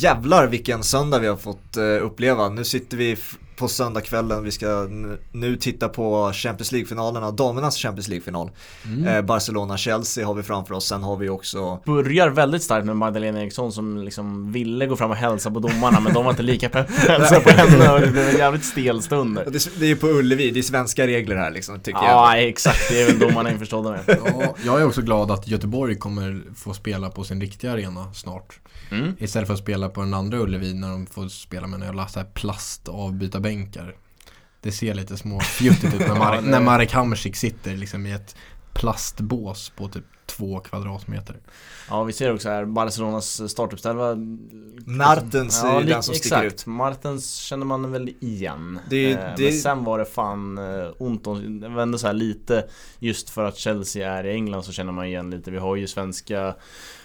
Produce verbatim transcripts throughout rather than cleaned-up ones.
jävlar vilken söndag vi har fått uh, uppleva. Nu sitter vi f- på söndagskvällen. Vi ska n- nu titta på Champions League-finalerna, damernas Champions League-final. Mm. Uh, Barcelona-Chelsea har vi framför oss. Sen har vi också... Börjar väldigt starkt med Magdalena Eriksson som liksom ville gå fram och hälsa på domarna, men de var inte lika pepp hälsa på henne och det blev en jävligt stel stund. Det, det är på Ullevi, det är svenska regler här liksom, tycker ja, jag. Ja, exakt. Det är väl domarna införstådda med. Ja, jag är också glad att Göteborg kommer få spela på sin riktiga arena snart. Mm. Istället för att spela på den andra Ullevi när de får spela med några så här plastavbytarbänkar. Det ser lite små fjuttigt ut när, Mar- när Marek Hamsik sitter liksom i ett plastbås på typ två kvadratmeter. Ja, vi ser också här Barcelonas startuppställda. Martens ja, är den som exakt. sticker ut. Martens känner man väl igen. Det, eh, det... Men sen var det fan eh, ont om, det vände så här lite just för att Chelsea är i England, så känner man igen lite. Vi har ju svenska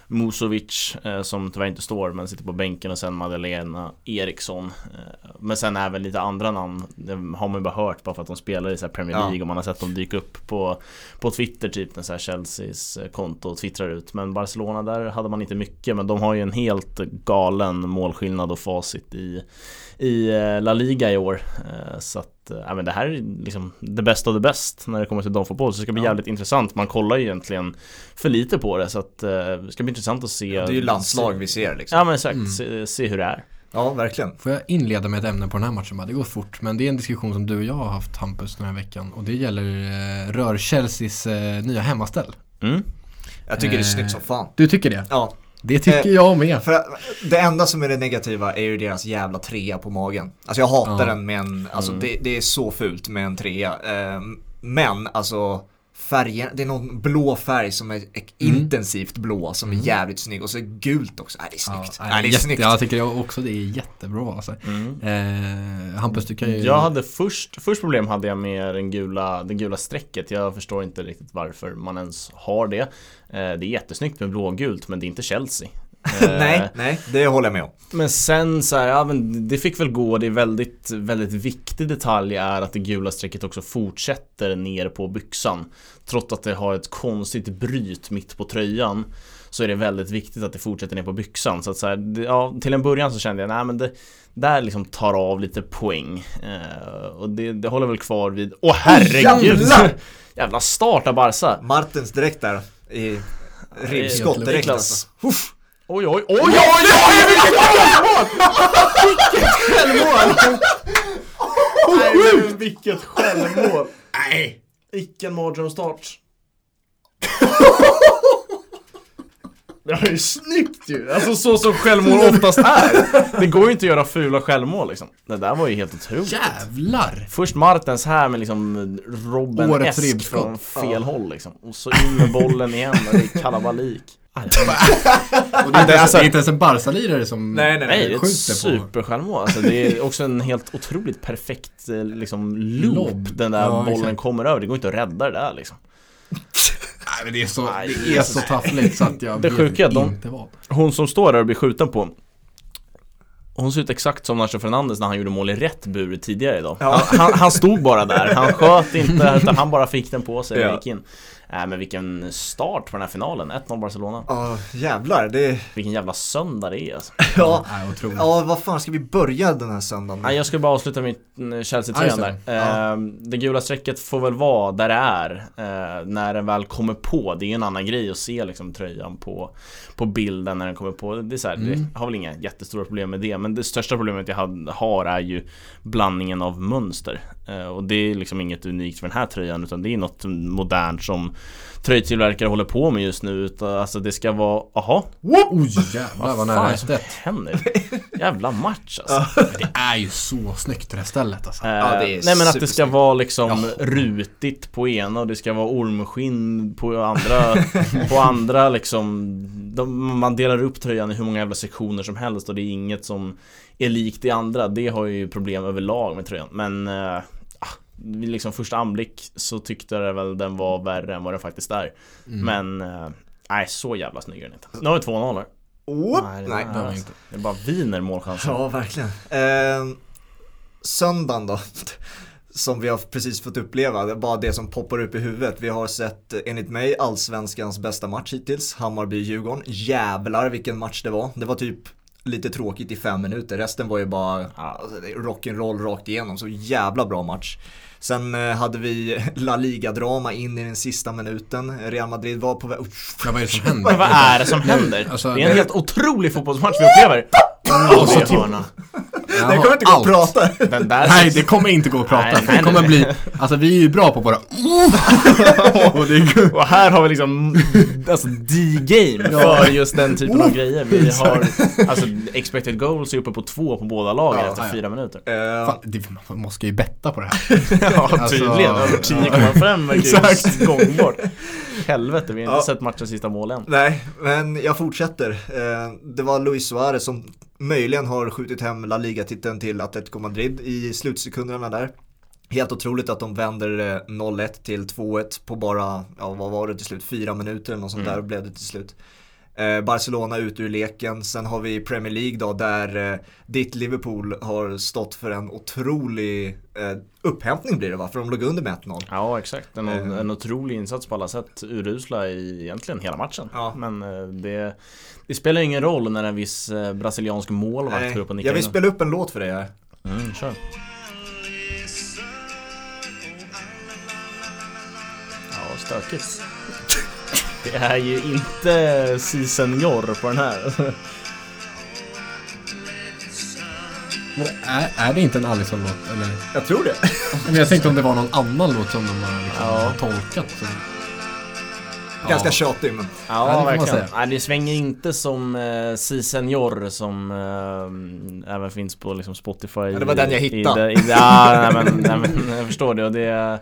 Musovic eh, som tyvärr inte står men sitter på bänken, och sen Magdalena Eriksson. Eh, men sen även lite andra namn. Det har man ju bara hört bara för att de spelar i så här Premier League, ja. Och man har sett dem dyka upp på, på Twitter typ när så här Chelseas konto twittrar ut. Men Barcelona, där hade man inte mycket, men de har ju en helt galen målskillnad och facit i, i La Liga i år. Eh, så att ja, men det här är liksom det bästa av det bäst när det kommer till damfotboll, så det ska bli ja. jävligt intressant. Man kollar ju egentligen för lite på det, så att uh, det ska bli intressant att se. Ja, det är ju landslag vi ser liksom. Ja, men exakt, mm. se, se hur det är. Ja, verkligen. Får jag inleda med ett ämne på den här matchen? Det går fort, men det är en diskussion som du och jag har haft, Hampus, den här veckan, och det gäller uh, rör Chelseas uh, nya hemmaställ. Mm. Jag tycker uh, det är snyggt som fan. Du tycker det? Ja. Det tycker eh, jag med. För det enda som är det negativa är ju deras jävla trea på magen. Alltså jag hatar ja. den med en, alltså mm. det, det är så fult med en trea. Eh, men alltså färgen, det är någon blå färg som är mm. intensivt blå som är jävligt snygg, och så är gult också. Nej, det är snyggt. Ja, nej, det är jätte, snyggt. Jag tycker jag också det är jättebra alltså. Mm. Eh, Hampus, du kan ju... Jag hade först först problem hade jag med den gula det gula strecket. Jag förstår inte riktigt varför man ens har det. Eh, det är jättesnyggt med blågult, men det är inte Chelsea. nej, nej, det håller jag med om. Men sen så här, ja, men det fick väl gå. Det är väldigt, väldigt viktig detalj är att det gula strecket också fortsätter ner på byxan. Trots att det har ett konstigt bryt mitt på tröjan, så är det väldigt viktigt att det fortsätter ner på byxan. Så att så här, det, ja, till en början så kände jag, nej men det där liksom tar av lite poäng. Eh, och det, det håller väl kvar vid, åh herregud, jävla! jävla start av Barca. Martens direkt där i ribbskott direkt alltså. Uff. Oj, oj, oj, oj, oj, oj, vilket självmål! Nej, vilket självmål! Nej, icke en mardrömsstart. Det är ju snyggt ju. Alltså så som självmål oftast är. Det går ju inte att göra fula självmål liksom. Det där var ju helt otroligt. Jävlar! Först Martens här med liksom Robben Årets Esk ribbskott från fel ja. håll liksom. Och så in med bollen igen och det är kalabalik. Och det är inte, alltså, det är inte ens en Barca-lirare som nej, nej, nej, det är ett supersjälvmål. Alltså, det är också en helt otroligt perfekt liksom, loop. Lob. Den där ja, bollen exakt. kommer över. Det går inte att rädda det där liksom. Nej, men det är så, nej, det är så taffligt så att jag det sjuka är de, inte vad. Hon som står där och blir skjuten på, hon ser ut exakt som Nacho Fernandes när han gjorde mål i rätt bur tidigare idag. Ja. Han, han, han stod bara där. Han sköt inte, utan han bara fick den på sig och ja. gick in. Äh, men vilken start på den här finalen. ett noll Barcelona. Ja, oh, jävlar. Det... Vilken jävla söndag det är alltså. Ja, ja, ja, vad fan ska vi börja den här söndagen med? Ja, jag ska bara avsluta med Chelsea-tröjan där. Ja. Uh, det gula strecket får väl vara där det är. Uh, när den väl kommer på. Det är en annan grej att se liksom, tröjan på, på bilden när den kommer på. Det är så här, mm. det har väl inga jättestora problem med det. Men det största problemet jag har är ju blandningen av mönster. Uh, och det är liksom inget unikt för den här tröjan, utan det är något modernt som tröjtillverkare håller på med just nu. Utan, alltså det ska vara, aha, oj jävlar vad nära det händer. Jävla match alltså. Det är ju så snyggt det här stället alltså. uh, ja, det är nej men att det ska vara liksom ja. rutigt på ena och det ska vara ormskinn på andra. På andra liksom de, man delar upp tröjan i hur många jävla sektioner som helst, och det är inget som är likt det andra. Det har ju problem överlag med tröjan. Men uh, vid liksom första anblick så tyckte jag väl den var värre än vad den faktiskt är. Mm. Men äh, nej, så jävla snygg är den inte. Nu har vi två noll. Oh, nej, det, nej, det, är inte. Det är bara viner målchanser. Ja, verkligen. Eh, söndagen då, som vi har precis fått uppleva, det är bara det som poppar upp i huvudet. Vi har sett, enligt mig, allsvenskans bästa match hittills. Hammarby-Djurgården. Jävlar vilken match det var. Det var typ lite tråkigt i fem minuter. Resten var ju bara alltså, rock'n'roll rakt igenom. Så jävla bra match. Sen eh, hade vi La Liga-drama in i den sista minuten. Real Madrid var på väg... Ja, vad är det som händer? Men vad är det som händer? Alltså, det är en helt otrolig fotbollsmatch vi upplever. Och så hörna. Det kommer inte gå att prata. Den där nej, det kommer inte gå att prata. Nej, nej, det kommer nej. bli... Alltså vi är ju bra på bara... och, det... och här har vi liksom alltså D-game för just den typen av grejer. Vi har alltså expected goals är uppe på två på båda lagen ja, efter ja. fyra minuter. Uh... Fan, det, man måste ju betta på det här. ja, tydligen. Över tio komma fem verkar ju gångbart. Helvete, vi har inte ja. sett matchens sista mål än. Nej, men jag fortsätter. Uh, det var Luis Suarez som möjligen har skjutit hem La Liga-titeln till Atletico Madrid i slutsekunderna där. Helt otroligt att de vänder noll ett till två ett på bara, ja vad var det till slut, fyra minuter eller något sånt mm. där blev det till slut. Eh, Barcelona ut ur leken. Sen har vi Premier League då där eh, ditt Liverpool har stått för en otrolig eh, upphämtning blir det va? För de låg under med ett noll. Ja exakt, en, eh. en otrolig insats på alla sätt. Urusla i egentligen hela matchen. Ja. Men eh, det, det spelar ingen roll när en viss eh, brasiliansk målvakt går upp och nickar. Jag vill spela upp en låt för det här. Mm, kör. Ja, stökigt. Det är ju inte Si Senor på den här. Men är, är det inte en Alisson-låt? Eller? Jag tror det. Men jag tänkte om det var någon annan låt som de har, liksom, ja. har tolkat. Så. Ganska ja. tjatig men... Ja, ja det verkligen. Nej, det svänger inte som uh, Si Senor som uh, även finns på liksom, Spotify. Ja, det var i, den jag hittade. I, i, ja, nej, men, nej, men, jag förstår det och det...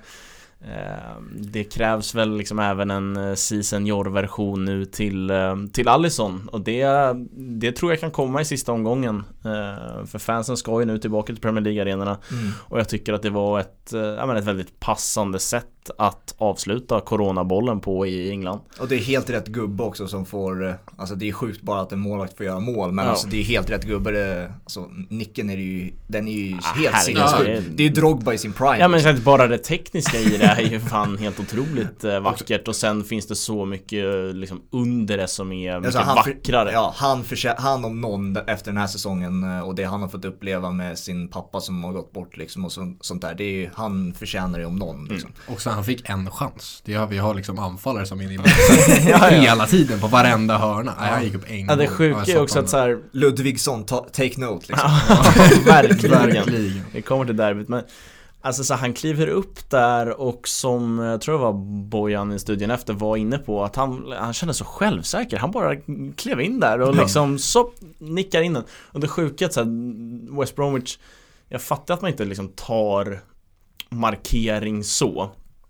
Det krävs väl liksom även en Si Senor-version nu till, till Alisson. Och det, det tror jag kan komma i sista omgången. För fansen ska ju nu tillbaka till Premier League-arenorna. Mm. Och jag tycker att det var ett, jag menar, ett väldigt passande sätt att avsluta coronabollen på i England. Och det är helt rätt gubbe också som får... Alltså det är sjukt bara att en målvakt får göra mål. Men ja. alltså det är helt rätt gubbe. Det, alltså, nicken är ju... Den är ju ah, helt sinnessjuk. Ja, det är Drogba i sin prime. Ja men liksom. Bara det tekniska i det är ju fan helt otroligt eh, vackert. Och sen finns det så mycket liksom, under det som är mycket alltså, han vackrare. För, ja, han, för, han om någon efter den här säsongen och det han har fått uppleva med sin pappa som har gått bort liksom, och så, sånt där. Det är ju, han förtjänar det om någon. Liksom. Mm. Och så han fick en chans. Det har, vi har liksom anfallare som är inne ja, ja. hela tiden på varenda hörna. Ja. Han gick upp en ja, det sjuka är också att så här... Ludvigsson, ta, take note liksom. Ja, verkligen. verkligen. Det kommer till derbyt, men alltså så han kliver upp där och som jag tror det var Bojan i studien efter var inne på att han, han kände så självsäker. Han bara klev in där och liksom så nickar in den. Och det sjuka är att så här, West Bromwich, jag fattar att man inte liksom tar markering så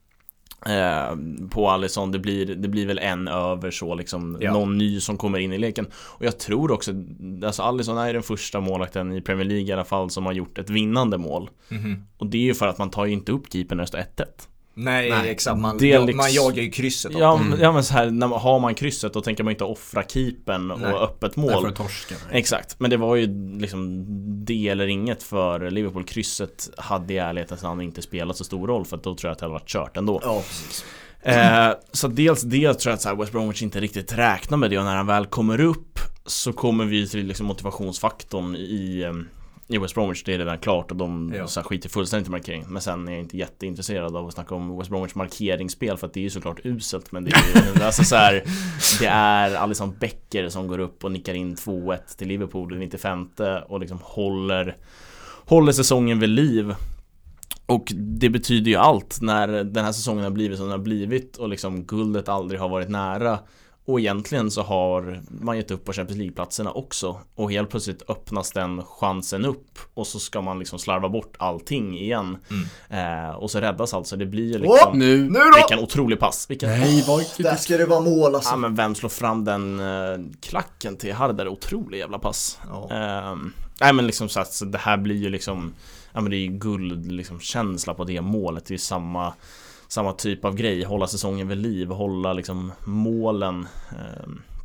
eh, på Alisson. Det blir, det blir väl en över så liksom ja. någon ny som kommer in i leken. Och jag tror också alltså Alisson är den första målvakten i Premier League i alla fall som har gjort ett vinnande mål. Mm-hmm. Och det är ju för att man tar ju inte upp keepern när det står ett ett. Nej, Nej, exakt. Man, liksom, man jagar ju krysset. Ja, mm. ja, men så här, när man, har man krysset då tänker man inte offra keepern och Nej. öppet mål. Därför torska. Exakt, men det var ju liksom det eller inget för Liverpool. Krysset hade i ärlighetens namn inte spelat så stor roll för att då tror jag att det hade varit kört ändå. Ja, precis. Eh, så dels det tror jag att så här, West Bromwich inte riktigt räknar med det och när han väl kommer upp så kommer vi till liksom motivationsfaktorn i... I West Bromwich, det är redan klart och de ja. så här, skiter fullständigt i markering. Men sen är jag inte jätteintresserad av att snacka om West Bromwich markeringsspel för att det är ju såklart uselt. Men det är ju alltså, så här, det är Alisson Becker som går upp och nickar in två ett till Liverpool i nittiofemte och liksom håller, håller säsongen vid liv. Och det betyder ju allt när den här säsongen har blivit som den har blivit och liksom guldet aldrig har varit nära. Och egentligen så har man gett upp på Champions League-platserna också. Och helt plötsligt öppnas den chansen upp. Och så ska man liksom slarva bort allting igen. Mm. Eh, och så räddas alltså. Det blir liksom... Oh, nu. Nu då! Vilken otrolig pass. Vilken... Nej, vad oh, där ska det vara mål alltså. Ja, men vem slår fram den eh, klacken till Harder? Otrolig jävla pass. Oh. Eh, nej, men liksom så att så det här blir ju liksom... Ja, men det är ju guld liksom, känsla på det målet. Det är samma... Samma typ av grej, hålla säsongen vid liv, hålla liksom målen eh,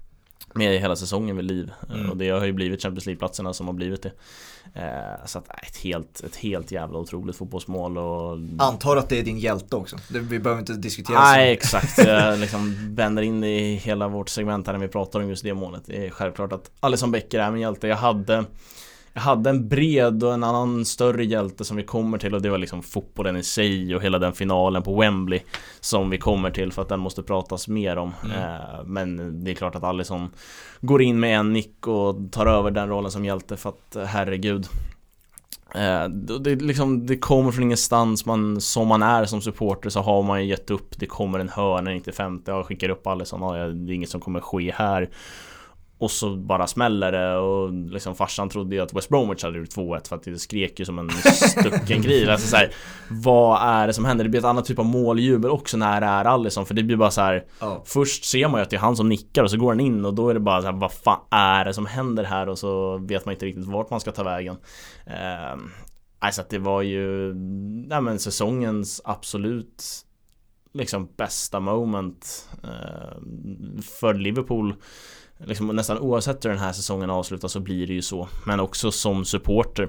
med hela säsongen vid liv. Mm. Och det har ju blivit Champions League-platserna som har blivit det. Eh, så att ett helt, ett helt jävla otroligt fotbollsmål. Och antar att det är din hjälte också. Det, vi behöver inte diskutera. Nej, exakt. Jag liksom vänder in i hela vårt segment här när vi pratar om just det målet. Det är självklart att Alisson Becker är min hjälte. Jag hade Jag hade en bred och en annan större hjälte som vi kommer till, och det var liksom fotbollen i sig och hela den finalen på Wembley som vi kommer till, för att den måste pratas mer om. Mm. eh, Men det är klart att Alisson går in med en nick och tar över den rollen som hjälte, för att herregud, eh, det, liksom, det kommer från ingenstans. Man, som man är som supporter så har man ju gett upp. Det kommer en hörna nittiofemte, jag skickar upp Alisson, ja, det är inget som kommer ske här. Och så bara smäller det, och liksom farsan trodde ju att West Bromwich hade gjort två ett, för att det skrek ju som en stucken grill. Alltså så här, vad är det som händer? Det blir ett annat typ av måljubel också när det är Alisson, för det blir bara så här, oh. Först ser man ju att det är han som nickar och så går han in, och då är det bara så här, vad fan är det som händer här? Och så vet man inte riktigt vart man ska ta vägen. eh, Alltså att det var ju nej men, säsongens absolut liksom bästa moment eh, för Liverpool. Liksom, nästan oavsett hur den här säsongen avslutas så blir det ju så. Men också som supporter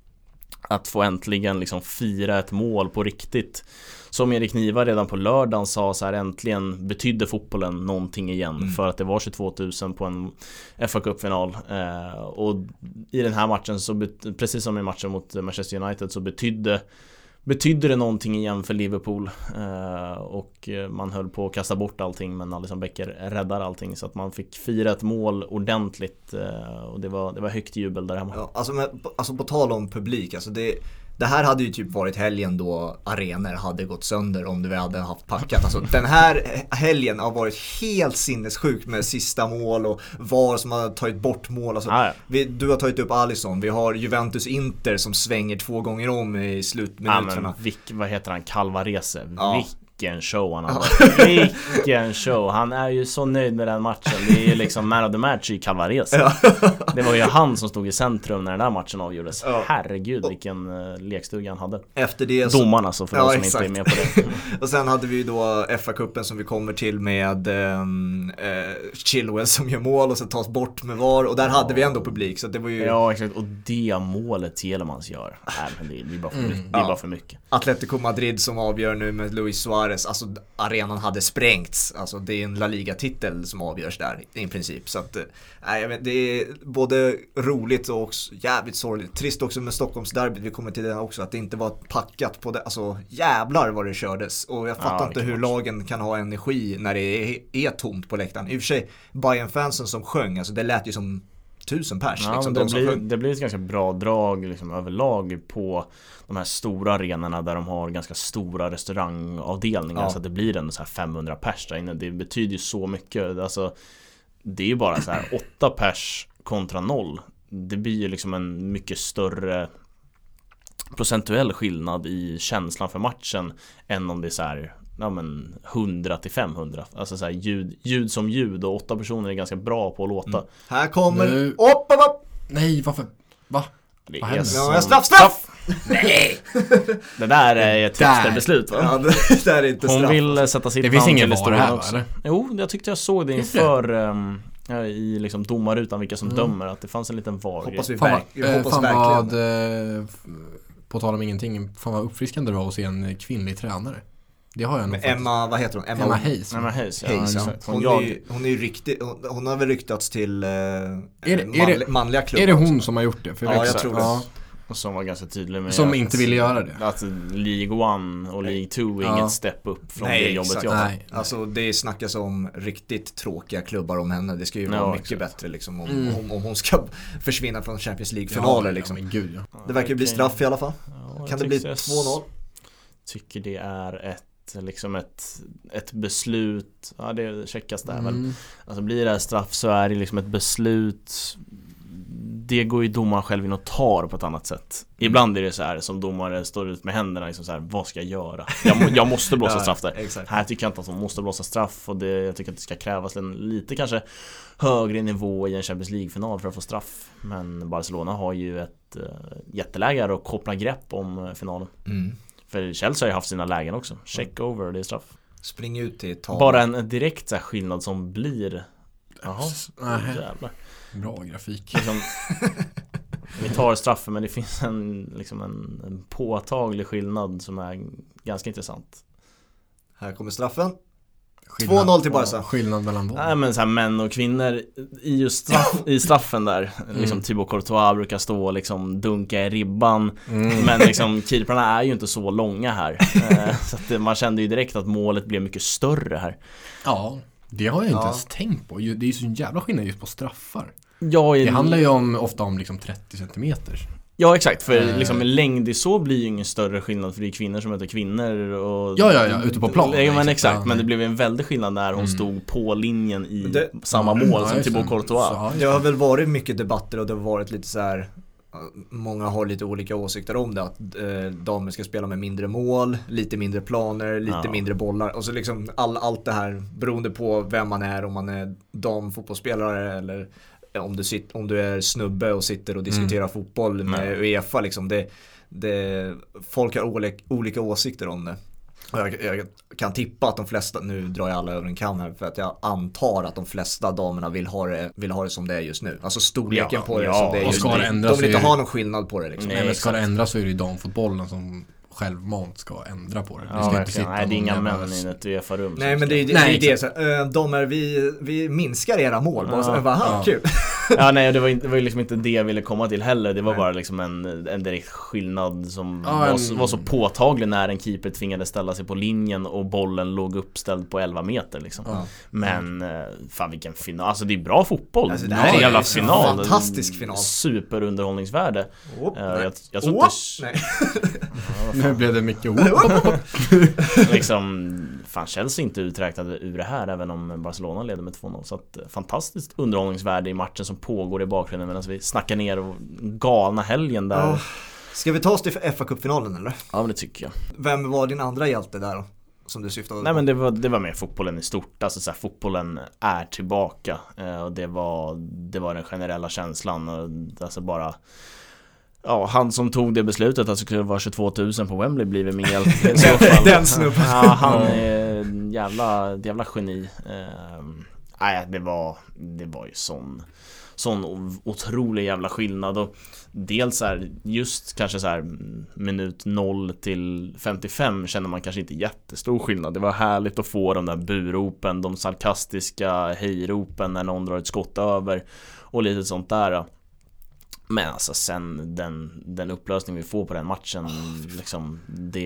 att få äntligen liksom fira ett mål på riktigt. Som Erik Niva redan på lördagen sa, så här, äntligen betydde fotbollen någonting igen. Mm. För att det var tjugotvå tusen på en F A Cup-final. eh, Och i den här matchen så bet- precis som i matchen mot Manchester United så betydde Betydde det någonting igen för Liverpool, eh, och man höll på att kasta bort allting, men Alisson Becker räddar allting, så att man fick fira ett mål ordentligt, eh, och det var, det var högt jubel där hemma. Ja, alltså, med, alltså på tal om publik, alltså det, det här hade ju typ varit helgen då arenor hade gått sönder om vi hade haft packat. Alltså, den här helgen har varit helt sinnessjuk med sista mål och VAR som har tagit bort mål. Alltså, ah, ja. vi, du har tagit upp Alisson, vi har Juventus Inter som svänger två gånger om i slutminuterna. Ja, men, vilk, vad heter han? Calvarese. Ja. Vilken show han hade. Vilken show. Han är ju så nöjd med den matchen. Det är ju liksom man of the match i Calvarese. Ja. Det var ju han som stod i centrum när den där matchen avgjordes. Ja. Herregud, vilken uh, lekstuga han hade. Efter det så... Domaren alltså, för ja, de som exakt. Inte är med på det. Och sen hade vi ju då F A-cupen som vi kommer till med um, uh, Chilwell som gör mål och så tas bort med VAR. Och där ja. hade vi ändå publik, så det var ju... Ja, exakt. Och det målet Telemans gör. Nej, men det, det är bara för mycket. Mm. Det är ja. bara för mycket. Atletico Madrid som avgör nu med Luis Suarez. Alltså arenan hade sprängts. Alltså det är en La Liga-titel som avgörs där i princip. Så att, nej, jag vet, det är både roligt och också jävligt sorgligt. Trist också med Stockholmsderbyt, vi kommer till det också, att det inte var packat på det. Alltså jävlar vad det kördes. Och jag fattar ja, inte hur lagen kan ha energi när det är, är tomt på läktaren. I och för sig, Bayern-fansen som sjöng, alltså det lät ju som tusen pers. Ja, liksom, det, de blir, det blir ett ganska bra drag liksom, överlag på de här stora arenorna där de har ganska stora restaurangavdelningar, ja. Så att det blir en så här femhundra pers där inne. Det betyder ju så mycket. Alltså, det är ju bara så här åtta pers kontra noll. Det blir ju liksom en mycket större procentuell skillnad i känslan för matchen än om det är så här, ja, men hundra till femhundra. Alltså så här, ljud, ljud som ljud, och åtta personer är ganska bra på att låta. Mm. Här kommer nu... upp, upp, upp. Nej, varför? Va? Det Vad händer? Som... Ja, straff, straff! Nej! Det där är ett Twitterbeslut, va? Ja, det där är inte Hon straff. vill sätta sitt det finns ingen VAR här, också. Eller? Jo, jag tyckte jag såg det inför um, i liksom domarutan vilka som mm. dömer, att det fanns en liten VAR. Hoppas vi, fan, verk- äh, hoppas fan verkligen. Vad, på tal om ingenting, fan vad uppfriskande det var att se en kvinnlig tränare. Det har jag nog. Emma, vad heter hon? Emma, Emma Hayes. Emma Hayes, ja. Hayes, ja. Hon, hon, är, hon är ju riktigt, hon, hon har väl ryktats till eh, är det, manli, är det, manliga klubbar. Är det hon också som har gjort det? För ja, jag tror det. Ja. Och som var ganska tydlig med som att, inte ville göra det. Att League One och League Two är ja. inget step upp från nej, det jobbet exakt. jag nej, alltså det snackas om riktigt tråkiga klubbar om henne. Det ska ju vara ja, mycket exakt. bättre liksom, om, mm. om, om hon ska försvinna från Champions League-finaler ja, liksom. Ja, gud, ja. Det verkar ju bli straff i alla fall. Ja, kan det bli två noll? Tycker det är ett liksom ett, ett beslut. Ja, det checkas där mm. väl. Alltså blir det här straff så är det liksom ett beslut. Det går ju domaren själv in och tar på ett annat sätt. Mm. Ibland är det så här som domare står ut med händerna liksom så här, vad ska jag göra? Jag, må, jag måste blåsa straff där. Exakt. Här tycker jag inte att de måste blåsa straff, och det, jag tycker att det ska krävas en lite kanske högre nivå i en Champions League-final för att få straff. Men Barcelona har ju ett uh, jätteläge att koppla grepp om uh, finalen. Mm. För Chelsea har ju haft sina lägen också. Check over, det är straff. Spring ut i tal. Bara en direkt så här skillnad som blir Jaha, Nej. jävlar. Bra grafik. Liksom, vi tar straffen, men det finns en, liksom en, en påtaglig skillnad som är ganska intressant. Här kommer straffen. Skillnad, två noll till Barca. Skillnad mellan dem. Nej, men så här, män och kvinnor i just straff, i straffen där. Mm. Liksom Thibaut Courtois brukar stå och liksom dunka i ribban. Mm. Men liksom keeprarna är ju inte så långa här. eh, så att man kände ju direkt att målet blev mycket större här. Ja, det har jag inte Ja. ens tänkt på. Det är ju så en jävla skillnad just på straffar. Ja, i, Det handlar ju om, ofta om liksom trettio centimeter. ja exakt, för Eh. liksom en längd i så blir ju ingen större skillnad, för det är kvinnor som möter kvinnor och, Ja, ja, ja, ute på plan. Ja, men Ja, exakt, ja. men det blev en väldig skillnad när hon Mm. stod på linjen i Det- samma mål Ja, som just Thibaut det. Courtois. Så, ja, just Det har det. väl varit mycket debatter och det har varit lite så här. Många har lite olika åsikter om det, att eh, damer ska spela med mindre mål, lite mindre planer, lite Ja. mindre bollar och så liksom all, allt det här beroende på vem man är, om man är damfotbollsspelare eller om du, sitter, om du är snubbe och sitter och diskuterar Mm. fotboll med Nej. UEFA liksom. det, det, folk har olika, olika åsikter om det. Och Jag, jag kan tippa att de flesta, nu drar jag alla över en kam här, för att jag antar att de flesta damerna vill ha det, vill ha det som det är just nu. Alltså storleken Ja, på det ja, som det är och just ska nu. det ändras De vill inte så är ha det- någon skillnad på det liksom. Nej, Nej, men ska exakt. det ändras så är det ju damfotbollen som självmant ska ändra på det. Det Ja, ska inte verkligen. sitta Nej, det är någon inga jävla- män i ett UEFA-rum. Nej, men det är det, Nej, det, är det så här, äh, de är, vi, vi minskar era mål. Bara så, Ja, jag bara, ja. ja. Kul. Ja, nej, det var, inte, det var ju liksom inte det jag ville komma till heller. Det var Nej. bara liksom en, en direkt skillnad som Ja, var, en- så- var så påtaglig när en keeper tvingades ställa sig på linjen och bollen låg uppställd på elva meter liksom. Ja. Men eh, fan vilken final. Alltså det är bra fotboll. Alltså, det det är här en är jävla en final. fantastisk final. Superunderhållningsvärde. Oh, Eh, nej. jag, jag tror Åh, inte nej. Nu blev det mycket ord. liksom, fan Chelsea inte uträknade ur det här, även om Barcelona leder med två noll. Så att, eh, fantastiskt underhållningsvärde i matchen som pågår i bakgrunden medan vi snackar ner och galna helgen där. Ja. Ska vi ta oss till F A-cupfinalen eller? Ja, men det tycker jag. Vem var din andra hjälte där då? Som du syftade Nej, på? men det var, det var med fotbollen i stort. Alltså så här, fotbollen är tillbaka. eh, Och det var, det var den generella känslan. Och, alltså bara, ja, han som tog det beslutet att det skulle vara tjugotvå tusen på Wembley blir min hjälte i så fall. Den snubben. Ja, han är en jävla, ett jävla geni. eh, Nej, det var, det var ju sån sån otrolig jävla skillnad. Och dels är just kanske så här minut noll till femtiofem känner man kanske inte jättestor skillnad. Det var härligt att få de där buropen, de sarkastiska hejropen när någon drar ett skott över och lite sånt där. Men alltså sen den, den upplösning vi får på den matchen, liksom det,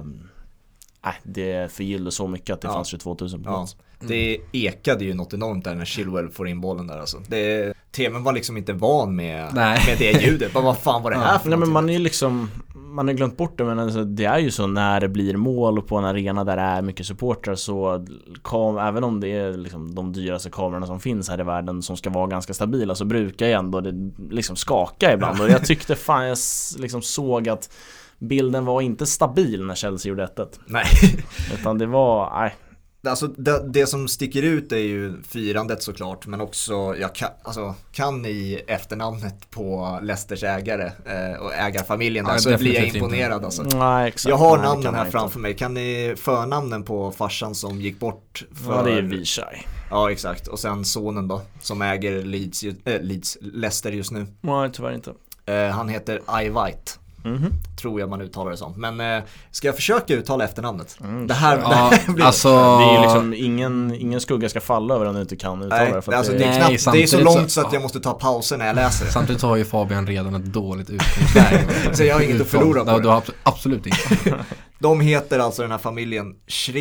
äh, det förgyllde så mycket att det Ja. fanns tjugotvå tusen på Ja. plats. Det ekade ju något enormt där när Chilwell får in bollen där alltså. Det, T V:n var liksom inte van med, Nej. med det ljudet. Bara, vad fan var det här för Nej, men någonting? man är ju liksom, man har glömt bort det, men alltså, det är ju så när det blir mål på en arena där det är mycket supportrar, så kam, även om det är liksom de dyraste kamerorna som finns här i världen som ska vara ganska stabila, så brukar jag ändå det liksom skaka ibland. Och jag tyckte fan jag s- liksom såg att bilden var inte stabil när Chelsea gjorde ett. Nej. Utan det var, nej. Alltså det, det som sticker ut är ju firandet såklart, men också jag kan, alltså, kan ni efternamnet på Leicesters ägare eh, och ägarfamiljen där, Ja, så blir jag definitivt imponerad inte. alltså. Nej, exakt. Jag har Nej, det namnen kan man här inte. framför mig. Kan ni förnamnen på farsan som gick bort för... Ja, det är Vichai. Ja, exakt. Och sen sonen då, som äger Leeds, ju- äh, Leeds Leicester just nu. Nej, tyvärr inte. Eh, han heter I White, Mhm. tror jag man uttalar det som. Men eh, ska jag försöka uttala efternamnet? Mm, det här, Ja, det här blir... alltså... Det är ju liksom ingen, ingen skugga ska falla över om du inte kan uttala Nej, det, för att alltså det, det, är Nej, knappt, det är så samtidigt långt så- så att jag måste ta pauser när jag läser det. Samtidigt har ju Fabian redan ett dåligt utgångsläge. Så jag har inget att förlora på Ja, det. du har abs- absolut inte. De heter alltså, den här familjen,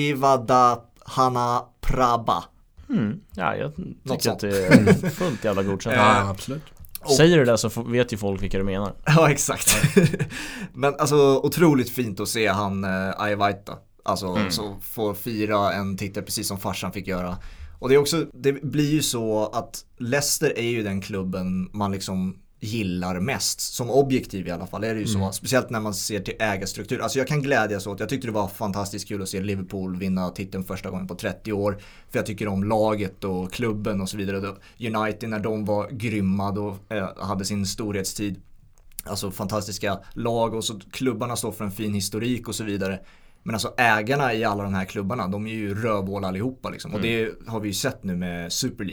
Shrivadhana Prabha. mm, ja, jag tycker sånt. att det är fullt jävla godkänt. Ja, absolut. Säger du det så f- vet ju folk vilka du menar. Ja, exakt. Men alltså otroligt fint att se han uh, I White då. Alltså Mm. så får fira en titel precis som farsan fick göra. Och det är också, det blir ju så att Leicester är ju den klubben man liksom gillar mest, som objektiv i alla fall är det ju så, Mm. speciellt när man ser till ägarstruktur. Alltså jag kan glädjas åt, jag tyckte det var fantastiskt kul att se Liverpool vinna titeln första gången på trettio år, för jag tycker om laget och klubben och så vidare. Då United, när de var grymma, då eh, hade sin storhetstid, alltså fantastiska lag, och så klubbarna står för en fin historik och så vidare. Men alltså ägarna i alla de här klubbarna, de är ju rövhål allihopa liksom. Och det har vi ju sett nu med Super League.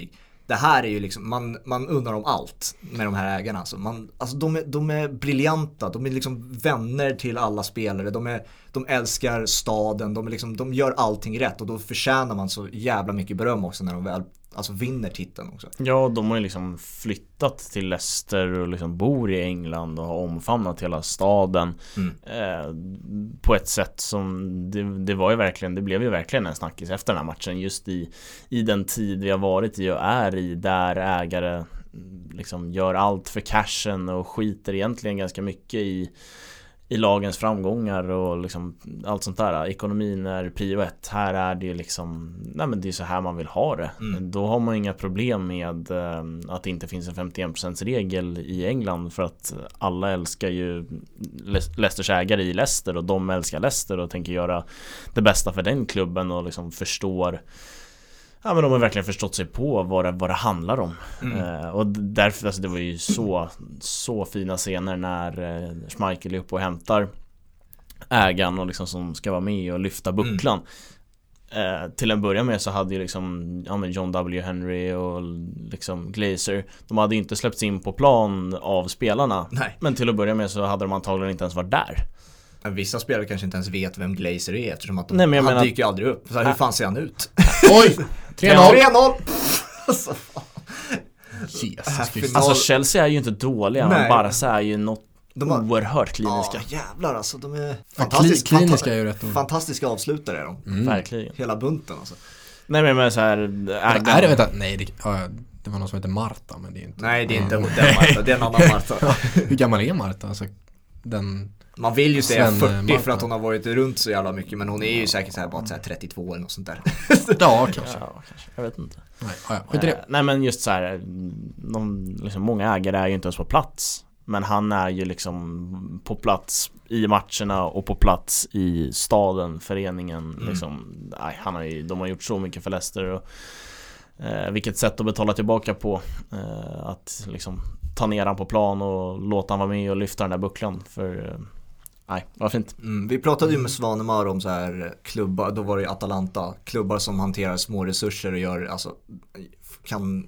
det här är ju liksom, man, man undrar om allt med de här ägarna. Alltså, man, alltså de, är, de är briljanta, de är liksom vänner till alla spelare, de, är, de älskar staden, de, är liksom, de gör allting rätt och då förtjänar man så jävla mycket beröm också när de väl alltså, vinner titeln också. Ja, de har ju liksom flyttat till Leicester och liksom bor i England och har omfamnat hela staden mm. eh, på ett sätt som det, det var ju verkligen, det blev ju verkligen en snackis efter den här matchen just i, i den tid vi har varit i och är i, där ägare liksom gör allt för cashen och skiter egentligen ganska mycket i i lagens framgångar och liksom allt sånt där. Ekonomin är prio ett. Här är det liksom, nej men det är så här man vill ha det. Mm. Då har man inga problem med eh, att det inte finns en femtioen procent regel i England, för att alla älskar ju Le- Leicesters ägare i Leicester och de älskar Leicester och tänker göra det bästa för den klubben och liksom förstår. Ja, men de har verkligen förstått sig på vad det, vad det handlar om. Mm. Eh, och därför, alltså, det var ju så, så fina scener när eh, Schmeichel är uppe och hämtar ägaren och liksom som ska vara med och lyfta bucklan. Mm. Eh, till en början med så hade ju liksom ja, men John W. Henry och liksom Glazer, de hade ju inte släppts in på plan av spelarna. Nej. Men till att börja med så hade de antagligen inte ens varit där. Vissa spelare kanske inte ens vet vem Glazer är eftersom att de, Nej, men han menar, dyker ju aldrig upp. Så här, hur fan ser han ut? Oj! tre noll! tre noll! Alltså, Jesus. Alltså Chelsea är ju inte dåliga, men Barca är ju något de har, oerhört kliniska. Ja, jävlar alltså. De är fantastisk, ja, kliniska är ju rätt. Fantastiska avslutare är de. Mm. Verkligen. Hela bunten alltså. Nej men, men så här ägaren. Är det, vänta, nej det, ja, det var någon som heter Marta, men det är inte. Nej, det är inte den Marta, det är en annan Marta. Hur gammal är Marta? Alltså, den man vill ju säga fyrtio Marta. För att hon har varit runt så jävla mycket, men hon är ju säkert så här bara så här trettiotvå eller något sånt där. Ja, kanske. Ja, kanske. Jag vet inte. Nej, ja, ja. Det. Eh, nej men just så här, de, liksom, många ägare är ju inte ens på plats, men han är ju liksom på plats i matcherna och på plats i staden, föreningen mm. liksom, nej, han har ju, de har gjort så mycket för Leicester och eh, vilket sätt att betala tillbaka på eh, att liksom ta ner han på plan och låta han vara med och lyfta den där bucklan för eh, nej, vad fint. Mm, vi pratade ju med Svanemar om så här klubbar, då var det Atalanta, klubbar som hanterar små resurser och gör, alltså, kan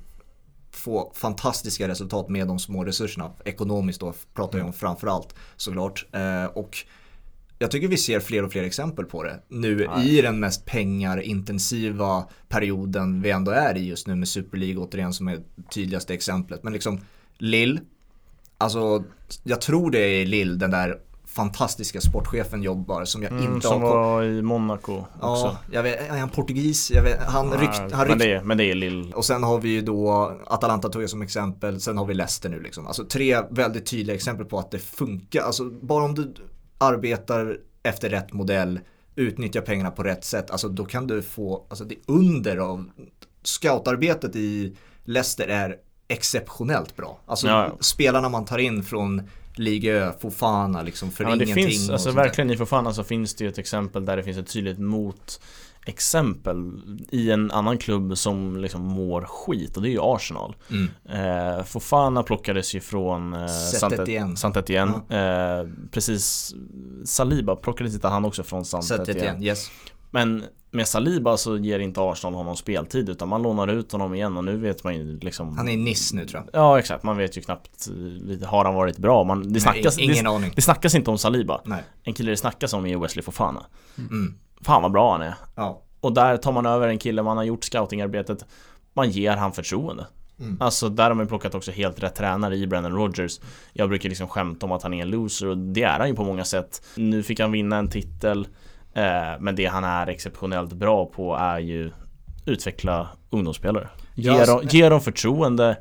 få fantastiska resultat med de små resurserna. Ekonomiskt då pratar jag om framförallt såklart. Eh, och jag tycker vi ser fler och fler exempel på det nu nej. I den mest pengarintensiva perioden vi ändå är i just nu med Super League återigen som är tydligaste exemplet. Men liksom Lille, alltså jag tror det är Lille, den där fantastiska sportchefen jobbar som jag mm, inte som har... Som var i Monaco också. Ja, jag vet, är han portugis? Jag vet, han ja, rykt, han men, rykt. det är, men det är Lille. Och sen har vi ju då Atalanta tog jag som exempel, sen har vi Leicester nu liksom. Alltså tre väldigt tydliga exempel på att det funkar. Alltså bara om du arbetar efter rätt modell, utnyttjar pengarna på rätt sätt, alltså då kan du få, alltså det under av scoutarbetet i Leicester är exceptionellt bra. Alltså ja, ja. Spelarna man tar in från Liga Fofana liksom för ja, ingenting. Det finns, alltså verkligen i Fofana så finns det ju ett exempel där det finns ett tydligt mot exempel i en annan klubb som liksom mår skit och det är ju Arsenal. Mm. Eh, Fofana plockades ju från eh, Saint-Étienne. Eh, precis, Saliba plockades inte han också från Saint-Étienne. Yes. Men med Saliba så ger inte Arsenal honom speltid utan man lånar ut honom igen och nu vet man ju liksom... Han är i Nice nu tror jag. Ja exakt, man vet ju knappt har han varit bra. Man, det, snackas, Nej, ingen det, aning. det snackas inte om Saliba. Nej. En kille det snackas om är Wesley Fofana. Mm. Fan vad bra han är. Ja. Och där tar man över en kille, man har gjort scoutingarbetet, man ger han förtroende. Mm. Alltså där har man plockat också helt rätt tränare i Brendan Rodgers. Jag brukar liksom skämta om att han är en loser och det är han ju på många sätt. Nu fick han vinna en titel. Men det han är exceptionellt bra på är ju utveckla ungdomsspelare. Ge, yes. dem, ge dem förtroende.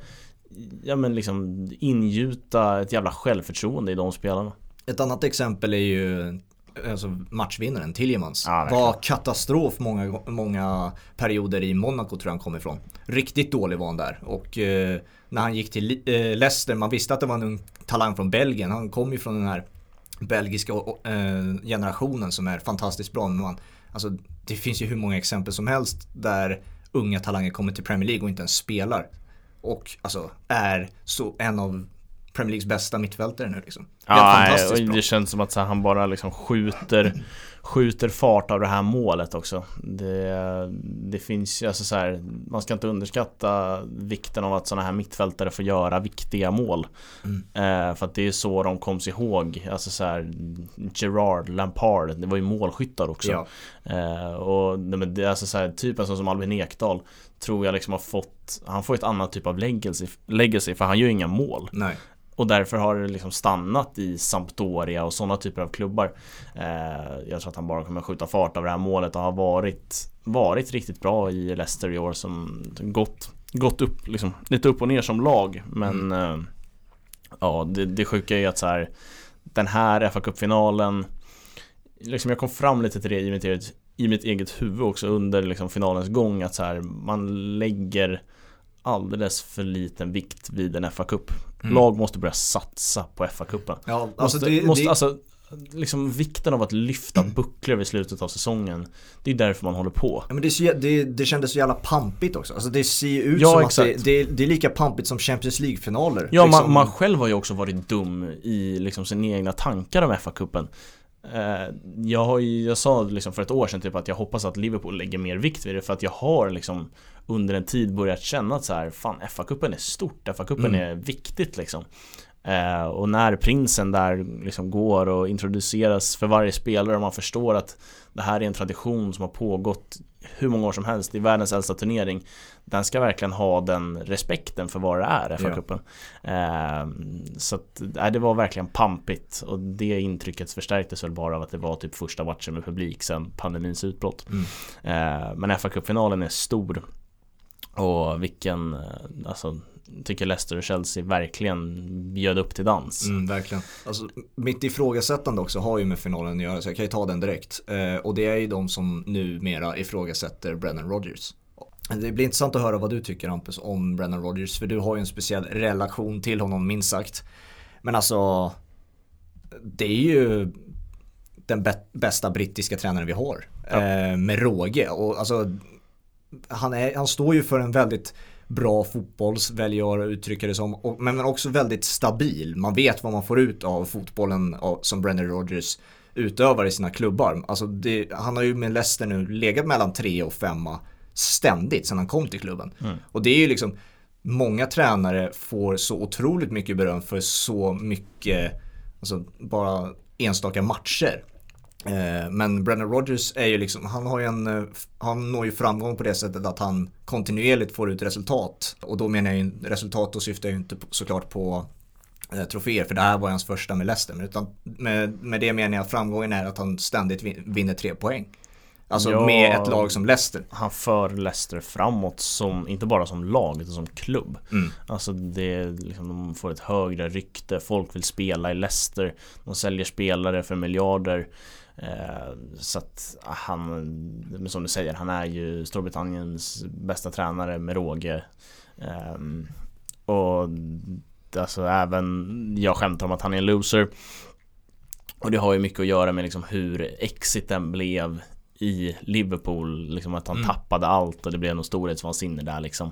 Ja men liksom ingjuta ett jävla självförtroende i de spelarna. Ett annat exempel är ju alltså matchvinnaren Tillemans. Ja, var katastrof många, många perioder i Monaco tror jag han kom ifrån. Riktigt dålig var han där. Och eh, när han gick till eh, Leicester, man visste att det var en ung talang från Belgien. Han kom ju från den här belgiska eh, generationen som är fantastiskt bra. Men man, alltså, det finns ju hur många exempel som helst där unga talanger kommer till Premier League och inte ens spelar. Och alltså är så en av Premier Leagues bästa mittfältare nu liksom. Ja, och det känns som att så här, han bara liksom skjuter skjuter fart av det här målet också. Det, det finns ju alltså så här, man ska inte underskatta vikten av att såna här mittfältare får göra viktiga mål. Mm. Eh, för att det är så de koms ihåg. Alltså så här, Gerrard, Lampard, det var ju målskyttar också. Ja. Eh, och det är alltså så här, typen som Albin Ekdal tror jag liksom har fått, han får ett annat typ av legacy, legacy för han gör inga mål. Nej. Och därför har det liksom stannat i Sampdoria och sådana typer av klubbar. Eh, jag tror att han bara kommer skjuta fart av det här målet och har varit, varit riktigt bra i Leicester i år, som gått, gått upp, liksom, lite upp och ner som lag. Men mm. eh, ja, det, det sjuka är att så här, den här F A Cup-finalen, liksom jag kom fram lite till det i mitt eget, i mitt eget huvud också under liksom finalens gång, att så här, man lägger alldeles för liten vikt vid en F A-cup. Mm. Lag måste börja satsa på F A-cupen. Ja, alltså måste, det, måste, det... alltså, liksom vikten av att lyfta bucklor vid slutet av säsongen, det är därför man håller på. Ja, men det, så, det, det kändes så jävla pampigt också. Alltså det ser ut ja, som exakt. att det, det, det är lika pampigt som Champions League-finaler. Ja, liksom. man, man själv har ju också varit dum i liksom sina egna tankar om F A-cupen. Jag, har ju, jag sa liksom för ett år sedan typ att jag hoppas att Liverpool lägger mer vikt vid det, för att jag har liksom under en tid börjat känna att så här, fan, F A-cupen är stort, F A-cupen mm. är viktigt liksom. Eh, och när prinsen där liksom går och introduceras för varje spelare och man förstår att det här är en tradition som har pågått hur många år som helst i världens äldsta turnering, den ska verkligen ha den respekten för vad det är, F A-cupen. Ja. Eh, så att, eh, det var verkligen pampigt, och det intrycket förstärktes väl bara av att det var typ första matchen med publik sedan pandemins utbrott. Mm. Eh, men F A-cupfinalen är stor, och vilken, alltså, tycker Leicester och Chelsea verkligen bjöd upp till dans. Mm, verkligen. Alltså, mitt ifrågasättande också har ju med finalen att göra, så jag kan ju ta den direkt. Eh, och det är ju de som numera ifrågasätter Brendan Rodgers. Det blir intressant att höra vad du tycker, Hampus, om Brendan Rodgers, för du har ju en speciell relation till honom, minst sagt. Men alltså, det är ju den be- bästa brittiska tränaren vi har. Ja. Eh, med råge. Och alltså, han, är, han står ju för en väldigt bra fotbolls, väljer jag att uttrycka det som, och, men också väldigt stabil. Man vet vad man får ut av fotbollen av, som Brendan Rodgers utövar i sina klubbar. Alltså det, han har ju med Leicester nu legat mellan tre och femma ständigt sedan han kom till klubben. Mm. Och det är ju liksom, många tränare får så otroligt mycket beröm för så mycket, alltså bara enstaka matcher. Men Brendan Rodgers är ju liksom, han har ju en, han når ju framgång på det sättet att han kontinuerligt får ut resultat, och då menar jag ju resultat, då syftar jag ju inte på, såklart på eh, troféer, för det här var hans första med Leicester, men utan med, med det menar jag att framgången är att han ständigt vinner tre poäng. Alltså ja, med ett lag som Leicester. Han för Leicester framåt, som, inte bara som lag utan som klubb. Mm. Alltså det, liksom, de får ett högre rykte, folk vill spela i Leicester, de säljer spelare för miljarder. Eh, så att han, som du säger, han är ju Storbritanniens bästa tränare med råge. Eh, och alltså även, jag skämtar om att han är en loser. Och det har ju mycket att göra med liksom hur exiten blev i Liverpool, liksom att han mm. tappade allt och det blev någon storhetsvansinne där liksom.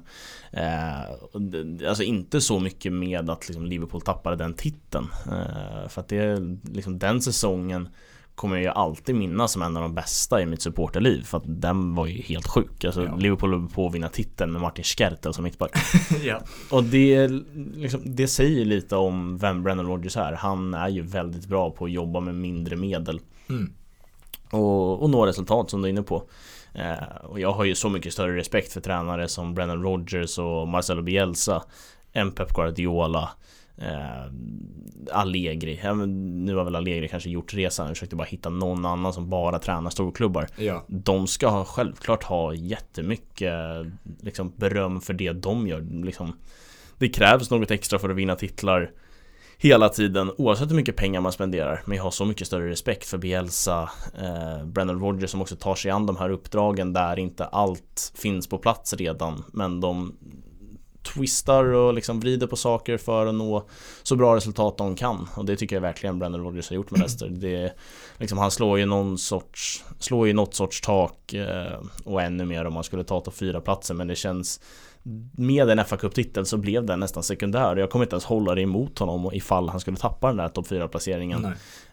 Eh, alltså inte så mycket med att liksom Liverpool tappade den titeln, eh, för att det liksom, den säsongen kommer jag ju alltid minnas som en av de bästa i mitt supporterliv, för att den var ju helt sjuk. Alltså, ja. Liverpool var på att vinna titeln med Martin Skrtel som mittback. Ja. Och det, liksom, det säger lite om vem Brendan Rodgers är. Han är ju väldigt bra på att jobba med mindre medel. Mm. Och, och nå resultat, som du är inne på. Eh, och jag har ju så mycket större respekt för tränare som Brendan Rodgers och Marcelo Bielsa än Pep Guardiola, eh, Allegri. Ja, men nu har väl Allegri kanske gjort resan. Jag försökte bara hitta någon annan som bara tränar storklubbar. Ja. De ska ha, självklart ha jättemycket liksom, beröm för det de gör. Liksom, det krävs något extra för att vinna titlar hela tiden, oavsett hur mycket pengar man spenderar. Men jag har så mycket större respekt för Bielsa, eh, Brendan Rodgers, som också tar sig an de här uppdragen där inte allt finns på plats redan, men de twistar och liksom vrider på saker för att nå så bra resultat de kan. Och det tycker jag verkligen Brendan Rodgers har gjort med Leicester. Det, liksom, han slår ju någon sorts, slår ju något sorts tak eh, och ännu mer om man skulle ta till fyra platser. Men det känns, med en F A Cup-titel så blev den nästan sekundär. Jag kommer inte ens hålla det emot honom ifall han skulle tappa den där topp fyra placeringen.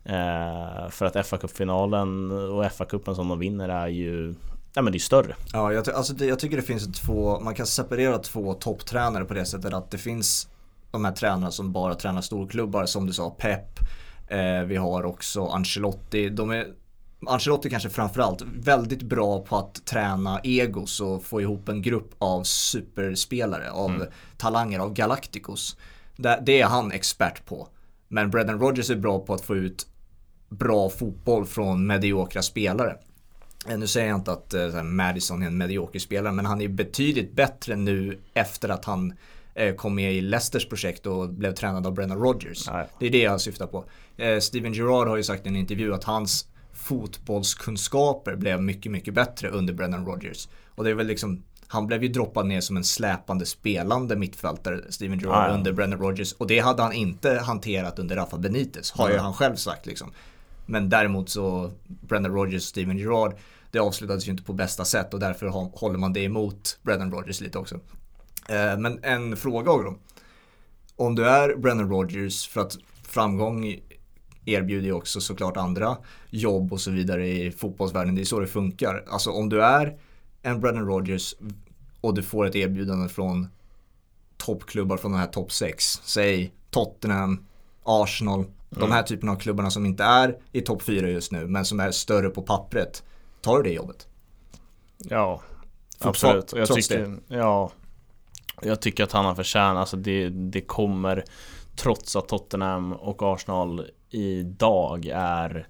Eh, för att F A Cup-finalen och F A Cupen som de vinner är ju, ja, men det är större. Ja, jag, alltså det, jag tycker det finns två, man kan separera två topptränare på det sättet att det finns de här tränarna som bara tränar storklubbar, som du sa, Pep. Eh, vi har också Ancelotti. De är, Ancelotti kanske framförallt väldigt bra på att träna egos och få ihop en grupp av superspelare, av mm. talanger, av Galacticos. Det, det är han expert på. Men Brendan Rodgers är bra på att få ut bra fotboll från mediokra spelare. Nu säger jag inte att uh, Madison är en medioker spelare, men han är betydligt bättre nu efter att han uh, kom med i Leicesters projekt och blev tränad av Brendan Rodgers. Nej. Det är det jag syftar på. Uh, Steven Gerrard har ju sagt i en intervju att hans fotbollskunskaper blev mycket, mycket bättre under Brendan Rodgers. Och det är väl liksom, han blev ju droppad ner som en släpande spelande mittfältare, Steven Gerrard, Nej. under Brendan Rodgers. Och det hade han inte hanterat under Rafa Benitez, har ju han själv sagt liksom. Men däremot så Brendan Rodgers och Steven Gerrard, det avslutades ju inte på bästa sätt och därför håller man det emot Brendan Rodgers lite också. Men en fråga då. Om du är Brendan Rodgers, för att framgång erbjuder ju också såklart andra jobb och så vidare i fotbollsvärlden, det är så det funkar. Alltså om du är en Brendan Rodgers och du får ett erbjudande från toppklubbar från den här topp sex, säg Tottenham, Arsenal, Mm. de här typerna av klubbarna som inte är i topp fyra just nu men som är större på pappret, tar du det jobbet? Ja, absolut. Jag tycker, ja, jag tycker att han har förtjänat, alltså det, det kommer, trots att Tottenham och Arsenal idag är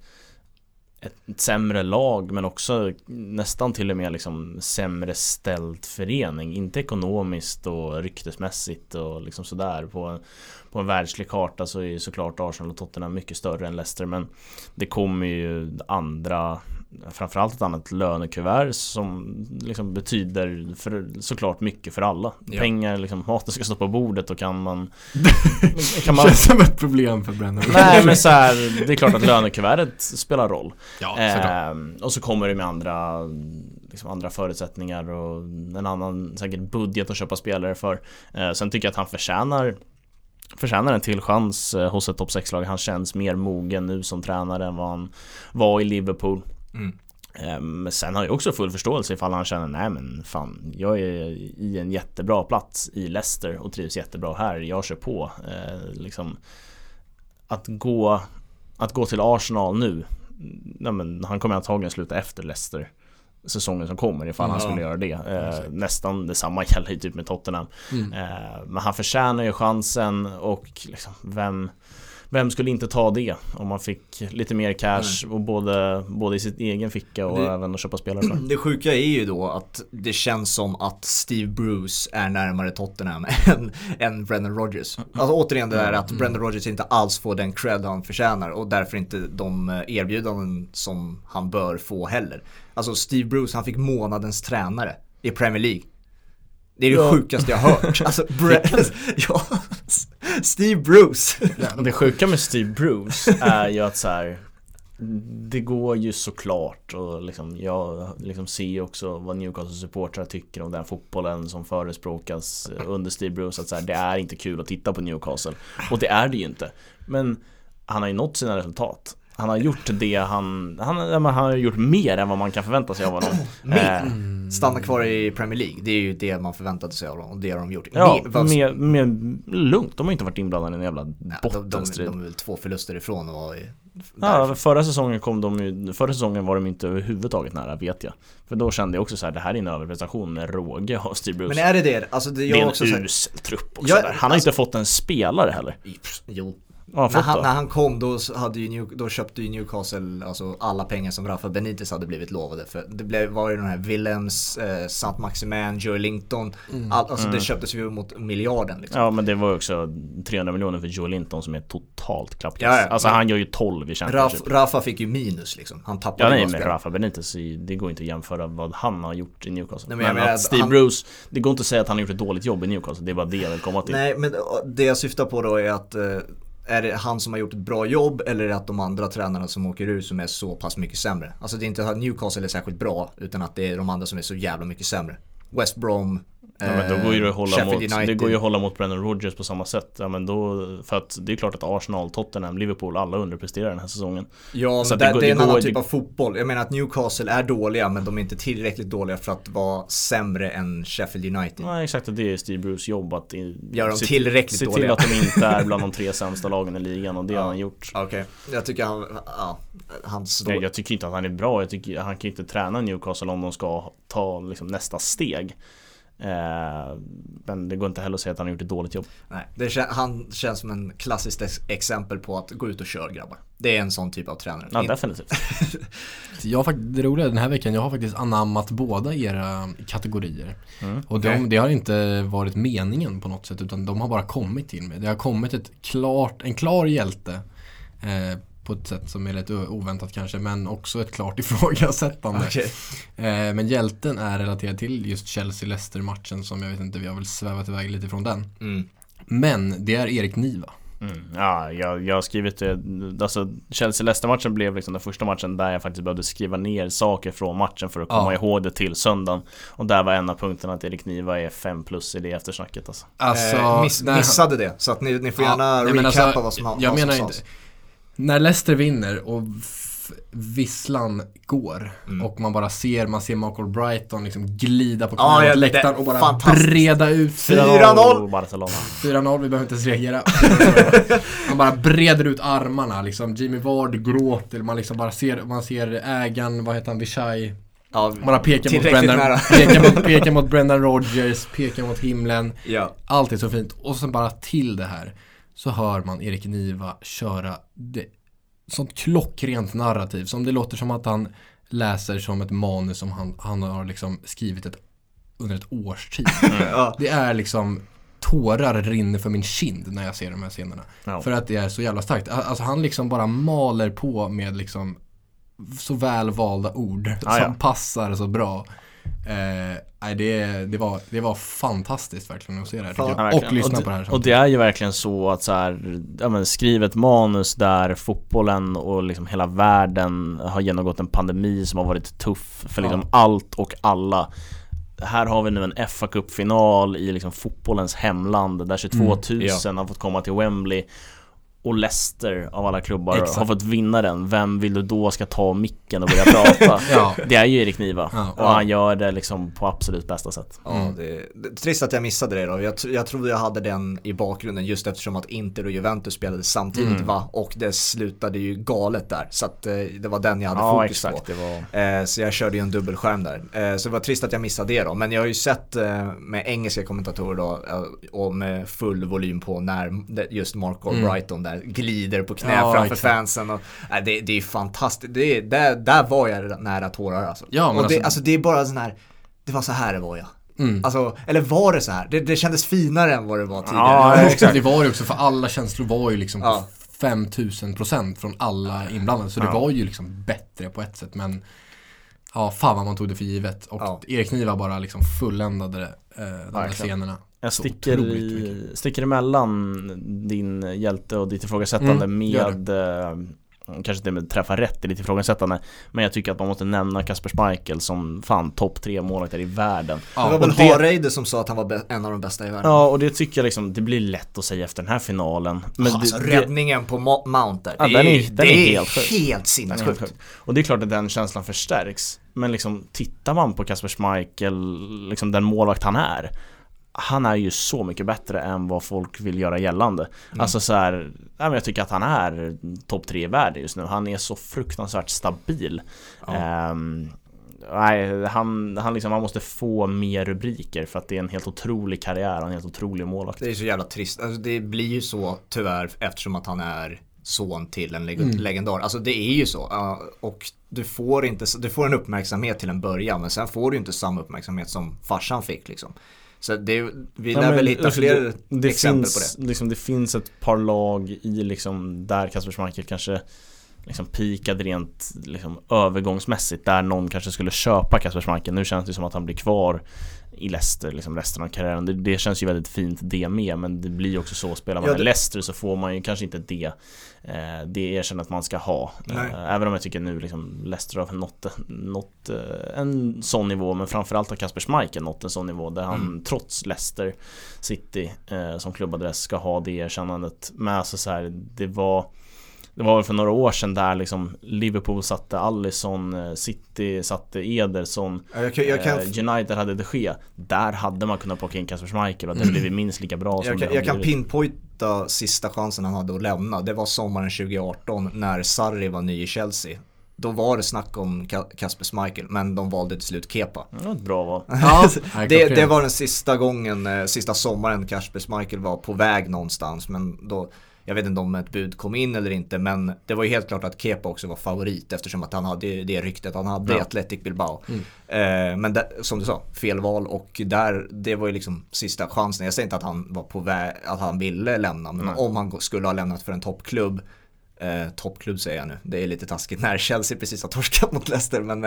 ett sämre lag, men också nästan till och med liksom sämre ställd förening, inte ekonomiskt och ryktesmässigt och liksom sådär. På, på en världslig karta så är såklart Arsenal och Tottenham mycket större än Leicester, men det kommer ju andra, framförallt ett annat lönekuvert som liksom betyder för, såklart mycket för alla. Ja. Pengar, liksom, maten ska stå på bordet och kan man... kan man... Det känns som ett problem för Brennan. Nej, men så här, det är klart att lönekuvertet spelar roll. Ja, eh, och så kommer det med andra, liksom andra förutsättningar och en annan säkert budget att köpa spelare för. Eh, sen tycker jag att han förtjänar förtjänar en till chans eh, hos ett topp sex-lag. Han känns mer mogen nu som tränare än vad han var i Liverpool. Mm. Men sen har jag också full förståelse ifall han känner, nej men fan, jag är i en jättebra plats i Leicester och trivs jättebra här, jag kör på. eh, liksom, att gå att gå till Arsenal nu, nej men han kommer antagligen sluta efter Leicester säsongen som kommer ifall mm, han skulle ja. göra det. Eh, nästan detsamma gäller typ med Tottenham. Mm. Eh, men han förtjänar ju chansen och liksom, vem Vem skulle inte ta det om man fick lite mer cash och både, både i sitt egen ficka och det, även att köpa spelare för? Det sjuka är ju då att det känns som att Steve Bruce är närmare Tottenham än, än Brendan Rodgers. Alltså återigen det där att Brendan Rodgers inte alls får den cred han förtjänar och därför inte de erbjudanden som han bör få heller. Alltså Steve Bruce, han fick månadens tränare i Premier League. Det är det ja. sjukaste jag har hört. Alltså, Bre- ja. Steve Bruce. Ja, det sjuka med Steve Bruce är ju att så här, det går ju såklart och liksom, jag liksom ser också vad Newcastle-supportrar tycker om den fotbollen som förespråkas under Steve Bruce. Att så här, det är inte kul att titta på Newcastle. Och det är det ju inte. Men han har ju nått sina resultat. Han har gjort det han, han, han har gjort mer än vad man kan förvänta sig av honom. Mm. Stanna kvar i Premier League, det är ju det man förväntade sig av dem och det har de gjort. Ja, mer, mer lugnt, de har inte varit inblandade i en jävla bottenstrid. De, de, de är väl två förluster ifrån och var i, ja, förra säsongen kom de ju, förra säsongen var de inte överhuvudtaget nära, vet jag. För då kände jag också så här, det här är en överprestation med råge av Steve Bruce. Men är det det? Alltså det, det är en usel trupp också. Jag, där. Han har alltså, inte fått en spelare heller. Jo, Ja, när, han, när han kom då, hade ju New, då köpte ju Newcastle alltså alla pengar som Rafa Benitez hade blivit lovade. För det blev, var ju den här Willems, eh, Saint-Maximin, Joe Linton. Mm. All, alltså mm. det köptes ju mot miljarden. Liksom. Ja, men det var också trehundra miljoner för Joe Linton som är totalt klappkast. Ja, ja. Alltså han gör ju tolv i Championship. Rafa, Rafa fick ju minus liksom. Han tappade. Ja, nej, men Rafa Benitez, det går inte att jämföra vad han har gjort i Newcastle. Nej, men, men att Steve han... Bruce, det går inte att säga att han har gjort ett dåligt jobb i Newcastle. Det är bara det jag vill komma till. Nej, men det jag syftar på då är att eh, är det han som har gjort ett bra jobb eller är det att de andra tränarna som åker ur som är så pass mycket sämre? Alltså det är inte att Newcastle är särskilt bra utan att det är de andra som är så jävla mycket sämre. West Brom, ja, men då går ju det, hålla mot, United. det går ju att hålla mot Brendan Rodgers på samma sätt. Ja, men då, för att det är klart att Arsenal, Tottenham, Liverpool, alla underpresterar den här säsongen. Ja, så men det, det, går, det är en det annan går, typ det... av fotboll. Jag menar att Newcastle är dåliga, men de är inte tillräckligt dåliga för att vara sämre än Sheffield United. Ja, exakt, och det är Steve Bruce jobb att göra dem tillräckligt se dåliga. till att de inte är bland de tre sämsta lagen i ligan, och det ja. har han gjort. Okej, okay. Jag tycker han, ja, han står... Nej, jag tycker inte att han är bra. Jag tycker han kan inte träna Newcastle om de ska ta liksom, nästa steg. Eh, men det går inte heller att säga att han har gjort ett dåligt jobb. Nej, det, han känns som en klassiskt ex- exempel på att gå ut och köra, grabbar. Det är en sån typ av tränare. Ja, definitivt. Jag har, det roliga den här veckan, jag har faktiskt anammat båda era kategorier. Mm. Och de, okay. det har inte varit meningen på något sätt, utan de har bara kommit till mig. Det har kommit ett klart, en klar hjälte eh, på ett sätt som är lite oväntat kanske, men också ett klart ifrågasättande. Okay. Eh, men hjälten är relaterad till just Chelsea-Leicester-matchen, som jag vet inte, vi har väl svävat iväg lite från den. Mm. Men det är Erik Niva. Mm. Ja, jag, jag har skrivit det. Alltså Chelsea-Leicester-matchen blev liksom den första matchen där jag faktiskt behövde skriva ner saker från matchen för att komma ja. ihåg det till söndagen. Och där var en av punkterna att Erik Niva är fem plus i det eftersnacket alltså. Alltså, eh, miss, missade det, så att ni, ni får gärna ja, recapa alltså, vad som har jag vad menar som inte, när Leicester vinner och f- visslan går mm. och man bara ser, man ser Michael Brighton liksom glida på knäna ja, läktaren och bara breda ut fyra noll Barcelona. fyra noll, vi behöver inte ens reagera. Man bara breder ut armarna liksom, Jimmy Ward gråter, man liksom bara ser, man ser ägaren, vad heter han, Vichai. Ja, man har pekat mot Brendan, pekar mot, pekar mot Brendan Rodgers, pekar mot himlen. Ja. Allt är så fint. Och sen bara till det här så hör man Erik Niva köra det, sånt klockrent narrativ som det låter som att han läser som ett manus som han, han har liksom skrivit ett, under ett års tid. Mm. Det är liksom tårar rinner för min kind när jag ser de här scenerna. Ja. För att det är så jävla starkt. Alltså han liksom bara maler på med liksom så välvalda ord ah, som ja. passar så bra. Eh, det, det, var, det var fantastiskt verkligen att se det här, ja, och lyssna och på det här. Och det är ju verkligen så att så här, ja, men, skriv ett manus där fotbollen och liksom hela världen har genomgått en pandemi som har varit tuff för liksom ja. allt och alla. Här har vi nu en F A-cupfinal i liksom fotbollens hemland där tjugotvåtusen mm, ja. har fått komma till Wembley. Och Leicester av alla klubbar Exakt. har fått vinna den. Vem vill du då ska ta micken och börja prata? ja. Det är ju Erik Niva. Ja. Och han gör det liksom på absolut bästa sätt. Ja, mm. det, det är trist att jag missade det då. Jag, jag trodde jag hade den i bakgrunden just eftersom att Inter och Juventus spelade samtidigt mm. va? Och det slutade ju galet där. Så att eh, det var den jag hade ja, fokus exakt, på. Det var... eh, så jag körde ju en dubbelskärm där. Eh, så det var trist att jag missade det då. Men jag har ju sett eh, med engelska kommentatorer då eh, och med full volym på när just Mark och mm. Brighton där glider på knä ja, framför exakt. fansen och, äh, det, det är fantastiskt det är, där, där var jag nära tårar alltså. Ja, men och det, alltså, alltså, det är bara sån här, det var så här det var jag mm. alltså, eller var det så här det, det kändes finare än vad det var tidigare ja, exakt. Det var ju också, för alla känslor var ju liksom ja. femtusen procent från alla inblandade, så det ja. var ju liksom bättre på ett sätt, men ja, fan vad man tog det för givet och ja. Erik Niva bara liksom fulländade eh, de här scenerna. Jag sticker, i, sticker emellan din hjälte och ditt ifrågasättande mm, med eh, kanske inte med träffa rätt i ditt ifrågasättande, men jag tycker att man måste nämna Kasper Schmeichel som fan topp tre målvakter i världen. Ja, det var väl Hareide som sa att han var be- en av de bästa i världen. Ja, och det tycker jag liksom, det blir lätt att säga efter den här finalen. Men alltså, det, räddningen på Ma- Mount där, ja, det, den är, är, den det är är helt, helt sinnessjukt. Och det är klart att den känslan förstärks, men liksom tittar man på Kasper Schmeichel, liksom den målvakt han är, han är ju så mycket bättre än vad folk vill göra gällande. Mm. Alltså så här, jag tycker att han är topp tre i världen just nu. Han är så fruktansvärt stabil. Ja. Um, nej, han, han, liksom, han måste få mer rubriker för att det är en helt otrolig karriär och en helt otrolig målvakt. Det är så jävla trist. Alltså, det blir ju så tyvärr eftersom att han är son till en leg- Mm. legendar. Alltså det är ju så. Uh, och du får, inte, du får en uppmärksamhet till en början, men sen får du inte samma uppmärksamhet som farsan fick liksom. Så det, vi lär ja, väl hitta alltså, fler det, det exempel finns, på det. Liksom, det finns ett par lag i liksom, där Kasper Schmeichel kanske liksom peakade rent liksom, övergångsmässigt, där någon kanske skulle köpa Kasper Schmeichel. Nu känns det som att han blir kvar i Leicester liksom resten av karriären. Det, det känns ju väldigt fint det med, men det blir ju också så, spelar man ja, med det... Leicester så får man ju kanske inte det eh, det erkänner att man ska ha. Eh, även om jag tycker nu liksom Leicester har nått, nått eh, en sån nivå, men framförallt har Kasper Schmeichel nått en sån nivå där han mm. trots Leicester City eh, som klubbadress ska ha det erkännandet. Men alltså så här, det var Det var väl för några år sedan där liksom Liverpool satte Alisson, City satte Ederson, jag kan, jag kan... eh, United hade De Gea. Där hade man kunnat plocka in Kasper Schmeichel och det mm. blev minst lika bra som jag kan, det jag kan pinpointa sista chansen han hade att lämna. Det var sommaren tjugo arton när Sarri var ny i Chelsea. Då var det snack om Kasper Schmeichel, men de valde till slut Kepa. Det var ett bra val. Ja, det, det var den sista gången, sista sommaren Kasper Schmeichel var på väg någonstans, men då, jag vet inte om ett bud kom in eller inte, men det var ju helt klart att Kepa också var favorit eftersom att han hade det ryktet han hade i ja. Athletic Bilbao. Mm. Eh, men där, som du sa, fel val, och där, det var ju liksom sista chansen. Jag säger inte att han var på väg, att han ville lämna, men mm. om han skulle ha lämnat för en toppklubb, eh, toppklubb säger jag nu, det är lite taskigt när Chelsea precis har torskat mot Leicester, men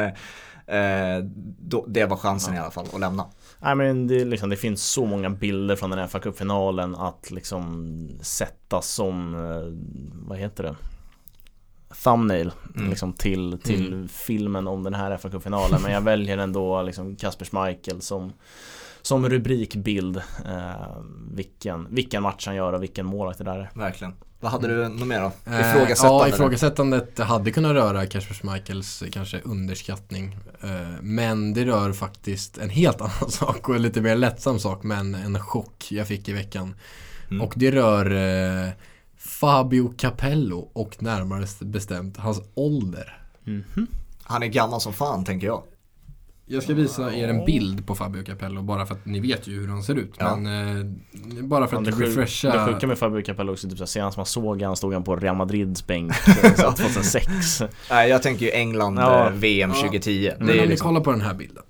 eh, då, det var chansen ja. i alla fall att lämna. Nej, men det, liksom, det finns så många bilder från den här F A Cup-finalen att liksom sätta som, vad heter det, thumbnail mm. liksom, till, till mm. filmen om den här F A Cup-finalen. Men jag väljer ändå liksom Kasper Schmeichel som, som rubrikbild. Eh, vilken, vilken match han gör och vilken målakt det där är. Verkligen. Vad hade du något mer då? Ifrågasättandet? Ja, ifrågasättandet hade kunnat röra Kasper Schmeichels kanske underskattning. Men det rör faktiskt en helt annan sak och en lite mer lättsam sak, men en chock jag fick i veckan. Mm. Och det rör eh, Fabio Capello och närmare bestämt hans ålder. Mm-hmm. Han är gammal som fan, tänker jag. Jag ska visa er en bild på Fabio Capello bara för att ni vet ju hur han ser ut. Ja. Men eh, bara för att det refresha. Det sjuka med Fabio Capello också, typ så senast man såg han stod han på Real Madrids bänk tjugohundrasex. Nej, jag tänker ju England ja. V M tjugohundratio. Ja. Men det är om liksom... ni kollar på den här bilden.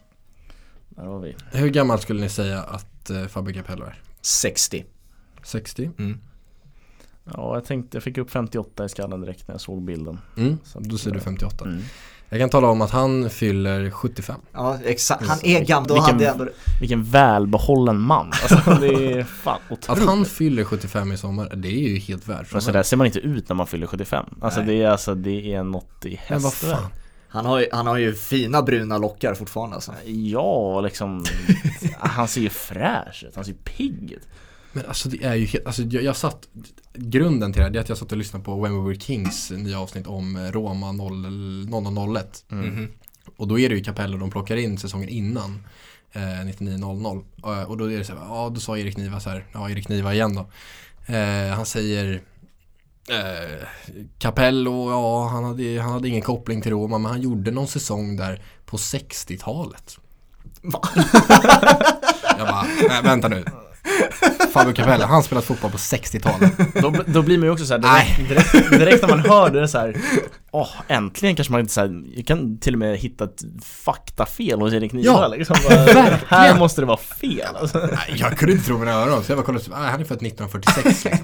Där har vi. Hur gammal skulle ni säga att uh, Fabio Capello är? sextio. sextio? Mm. Ja, jag tänkte jag fick upp femtioåtta i skallen direkt när jag såg bilden. Mm. Så då ser du femtioåtta. Mm. Jag kan tala om att han fyller sjuttiofem. Ja, exakt. Han är gammal. Vilken, hade ändå... vilken välbehållen man. Alltså, det är fan otroligt. Att han fyller sjuttiofem i sommar, det är ju helt värt. Alltså, där ser man inte ut när man fyller sjuttiofem. Alltså, det är, alltså, det är något i häst. Men vad fan? Han har, ju, han har ju fina bruna lockar fortfarande. Alltså. Ja, liksom. Han ser ju fräsch ut. Han ser pigg ut. Men alltså det är ju helt, alltså jag, jag satt, grunden till det, det är att jag satt och lyssnade på When We Were Kings nya avsnitt om Roma noll noll noll ett. Mm-hmm. Och då är det ju Capello de plockar in säsongen innan eh, nittionio noll noll. Och då är det så här, ja då sa Erik Niva så här, ja Erik Niva igen då. Eh, han säger eh, Capello, ja han hade, han hade ingen koppling till Roma, men han gjorde någon säsong där på sextiotalet. Va? Jag bara, nej vänta nu. Fabio Capello, han spelat fotboll på sextiotalet. Då, då blir man ju också så här direkt, direkt, direkt när man hör det så här, åh, äntligen kanske man inte så här, jag kan till och med hitta ett faktafel hos Erik Niva. Ja, liksom, bara, här måste det vara fel. Alltså. Nej, jag kunde inte tro mina öron, så jag bara kollade, ah, han är född nittonhundrafyrtiosex liksom.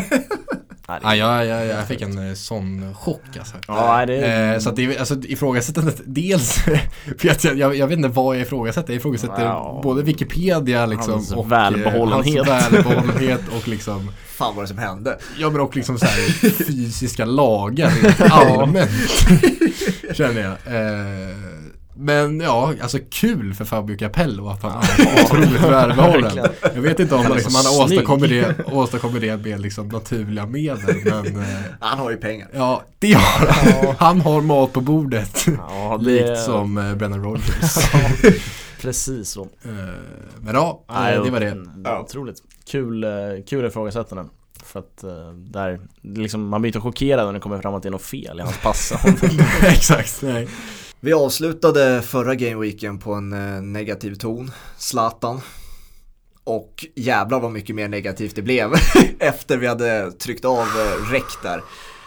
Ja, jag, jag, jag fick en sån chock alltså. Ja, det är... eh, så att det, alltså, ifrågasättandet dels för att jag, jag, jag vet inte vad jag ifrågasätter. Jag ifrågasätter wow. både Wikipedia liksom, hans och välbehållenhet. Hans välbehållenhet och liksom fan vad det som hände. Ja, men och liksom så här fysiska lagar allmänt känner jag. Eh, men ja, alltså kul för Fabio Capello att han är otroligt välbehållen. Jag vet inte om han, liksom, han åstadkommer det, åstadkommer det med liksom naturliga medel. Men, han har ju pengar. Ja, det har han. Han har mat på bordet. Ja, det... Likt som uh, Brennan Rodgers. Precis så. Uh, men ja, Nej, det var det. Ja. Otroligt. Kul, kul ifrågasättande. för att uh, där, liksom, man blir inte chockerad när det kommer fram att det är något fel i hans pass. Exakt, nej. Vi avslutade förra gameweeken på en eh, negativ ton, Zlatan. Och jävlar vad mycket mer negativt det blev efter vi hade tryckt av eh, räck där.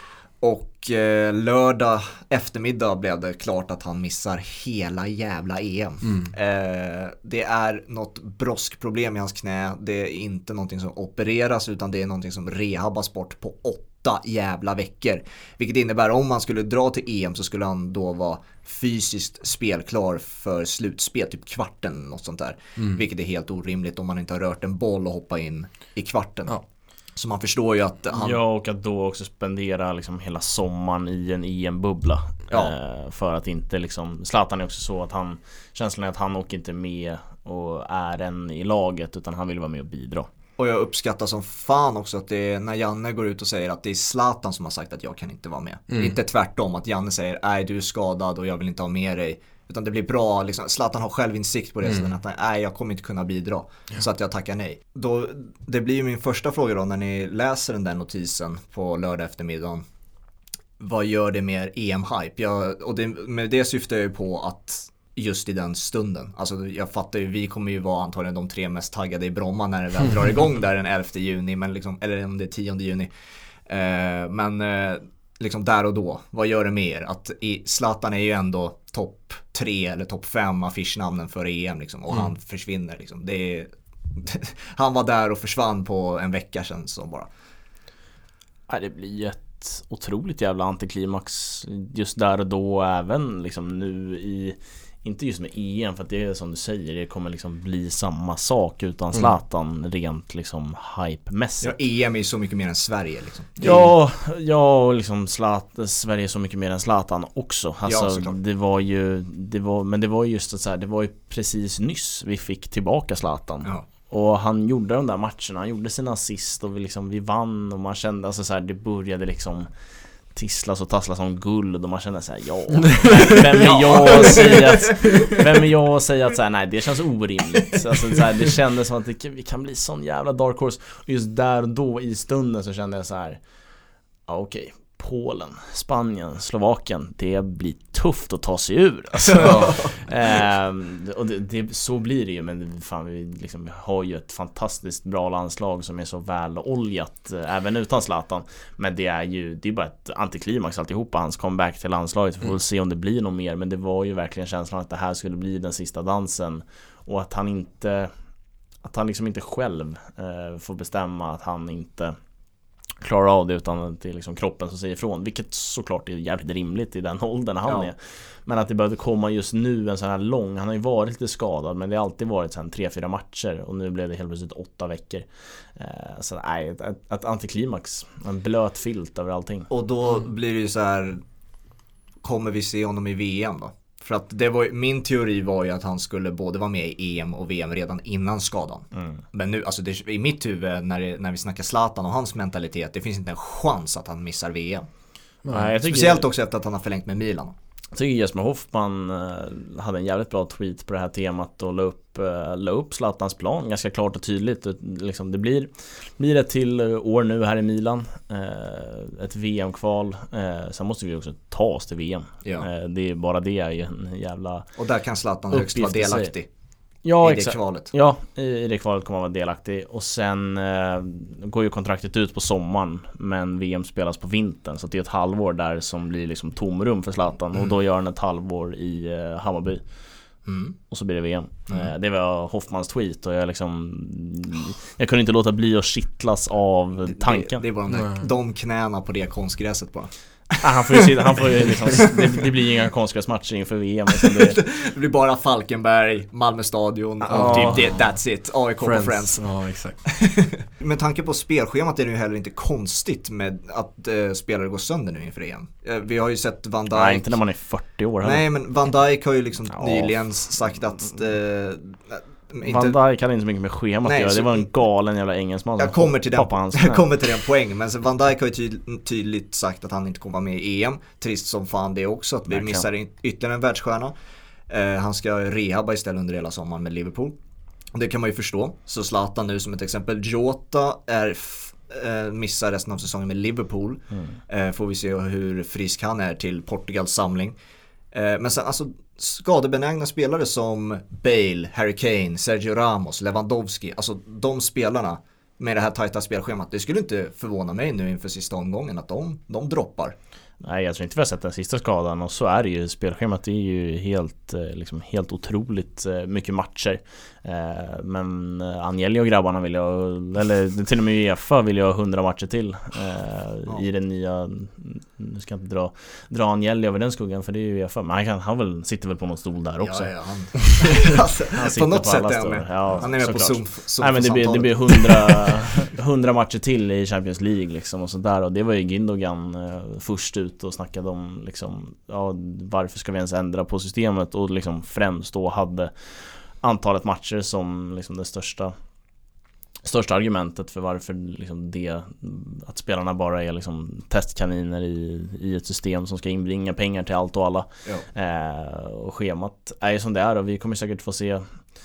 Och eh, lördag eftermiddag blev det klart att han missar hela jävla E M. Mm. Eh, det är något broskproblem i hans knä. Det är inte någonting som opereras utan det är någonting som rehabas bort på åtta jävla veckor. Vilket innebär om man skulle dra till E M så skulle han då vara fysiskt spelklar för slutspel, typ kvarten något sånt där. Mm. Vilket är helt orimligt om man inte har rört en boll och hoppa in i kvarten. Ja. Så man förstår ju att han... Ja, och att då också spendera liksom hela sommaren i en E M-bubbla. Ja. Eh, för att inte liksom... Zlatan är också så att han... Känslan är att han åker inte med och är en i laget utan han vill vara med och bidra. Och jag uppskattar som fan också att det är när Janne går ut och säger att det är Zlatan som har sagt att jag kan inte vara med. Mm. Inte tvärtom att Janne säger nej du är skadad och jag vill inte ha med dig. Utan det blir bra, liksom, Zlatan har självinsikt på det mm. att nej, jag kommer inte kunna bidra. Ja. Så att jag tackar nej. Då, det blir ju min första fråga då när ni läser den där notisen på lördag eftermiddagen. Vad gör det med E M-hype? Jag, och det, med det syftar jag ju på att just i den stunden. Alltså jag fattar ju, vi kommer ju vara antagligen de tre mest taggade i Bromma när det väl drar igång där den elfte juni, men liksom, eller om det är tionde juni. Eh, men eh, liksom där och då, vad gör det med er? Att i, Zlatan är ju ändå topp tre eller topp fem affischnamnen för E M liksom, och mm. han försvinner liksom. Det är, han var där och försvann på en vecka sedan som bara. Ja, det blir ett otroligt jävla antiklimax just där och då, även liksom nu i, inte just med E M för att det är som du säger, det kommer liksom bli samma sak utan Zlatan mm. rent liksom hype-mässigt. Ja, E M är så mycket mer än Sverige liksom. Ja, ja och liksom Zlatan, Sverige är så mycket mer än Zlatan också. Alltså ja, det var ju det var men det var just så här, det var ju precis nyss vi fick tillbaka Zlatan. Ja. Och han gjorde de där matcherna, han gjorde sina assist och vi liksom vi vann och man kände alltså så här, det började liksom tisslas och tasslas som guld och man känner så här, ja, vem är jag att säga att vem är jag att säga att så här, nej, det känns orimligt. Alltså så här, det kändes som att det, vi kan bli sån jävla dark horse. Och just där och då i stunden så kände jag så här, ja okej, Polen, Spanien, Slovakien, det blir tufft att ta sig ur alltså. ehm, och det, det, så blir det ju, men fan, vi liksom har ju ett fantastiskt bra landslag som är så väl oljat äh, även utan Zlatan, men det är ju det är bara ett antiklimax alltihopa, hans comeback till landslaget. Vi får väl se om det blir något mer, men det var ju verkligen känslan att det här skulle bli den sista dansen och att han inte att han liksom inte själv äh, får bestämma att han inte klarar av det utan det är liksom kroppen som säger ifrån, vilket såklart är jävligt rimligt i den åldern han ja. är. Men att det började komma just nu en sån här lång, han har ju varit lite skadad men det har alltid varit sen tre, fyra matcher och nu blev det helt plötsligt åtta veckor. Eh, så nej, ett, ett, ett antiklimax, en blöt filt över allting. Och då blir det ju så här, kommer vi se honom i V M då? För att det var, min teori var ju att han skulle både vara med i E M och V M redan innan skadan. Mm. Men nu, alltså det, i mitt huvud när, det, när vi snackar Zlatan och hans mentalitet, det finns inte en chans att han missar V M. Nej, jag tycker, speciellt också efter att han har förlängt med Milan. Jag tycker Jesper Hoffman uh, hade en jävligt bra tweet på det här temat och la upp, uh, la upp Zlatans plan ganska klart och tydligt. Liksom, det blir, blir ett till år nu här i Milan, uh, ett V M-kval. Uh, sen måste vi också ta oss till V M. Ja. Uh, det är bara det är ju en jävla. Och där kan Zlatan högst vara delaktig. Ja, i exakt. det kvalet. Ja, i det kvalet kommer man vara delaktig. Och sen eh, går ju kontraktet ut på sommaren, men V M spelas på vintern. Så det är ett halvår där som blir liksom tomrum för Zlatan. Mm. Och då gör han ett halvår i eh, Hammarby. Mm. Och så blir det V M. Mm. eh, Det var Hoffmans tweet. Och jag liksom jag kunde inte låta bli att kittlas av det, tanken. Det, det var de, där, de knäna på det konstgräset bara. Ah, han får ju sitta, han får ju liksom, det, det blir ju inga konstgräsmatcher inför V M. Det... det blir bara Falkenberg, Malmö stadion och oh. typ det, that's it. A I K Friends. Friends. Ja, exakt. Med tanke på spelschemat är det ju heller inte konstigt med att uh, spelare går sönder nu inför E M. Uh, vi har ju sett Van Dijk. Nej, inte när man är fyrtio år. Nej, men Van Dijk har ju liksom ja. nyligen sagt att uh, inte... Van Dijk hade inte så mycket med schemat att göra. Det var en galen jävla engelsman. Jag kommer till den, jag kommer till den poäng. Men Van Dijk har ju tyd- tydligt sagt att han inte kommer vara med i E M. Trist som fan det också, att vi Verkligen. missar ytterligare en världsstjärna. uh, Han ska rehabba istället under hela sommaren med Liverpool. Det kan man ju förstå. Så Zlatan nu som ett exempel. Jota är f- eh, missar resten av säsongen med Liverpool. Mm. Eh, får vi se hur frisk han är till Portugals samling. Eh, men sen alltså skadebenägna spelare som Bale, Harry Kane, Sergio Ramos, Lewandowski, alltså de spelarna med det här tajta spelschemat, det skulle inte förvåna mig nu inför sista omgången att de, de droppar. Nej, jag tror inte vi har sett den sista skadan, och så är det ju. Spelschemat är ju helt, liksom, helt otroligt mycket matcher. Men Agnelli och grabbarna vill jag, eller till och med UEFA vill jag ha hundra matcher till ja. i den nya. Nu ska jag inte dra, dra Agnelli över den skuggan, för det är ju UEFA. Men han, kan, han väl, sitter väl på någon stol där också. Ja, ja, han, alltså, han på något på sätt är han med. Ja, han är med på Zoom, Zoom. Nej, men det blir, det blir hundra, hundra matcher till i Champions League liksom, och sådär. Och det var ju Gündogan eh, först ut och snackade om liksom, ja, varför ska vi ens ändra på systemet, och liksom främst då hade antalet matcher som liksom det största största argumentet för varför liksom det, att spelarna bara är liksom testkaniner i, i ett system som ska inbringa pengar till allt och alla. eh, och schemat är ju som det är, och vi kommer säkert få se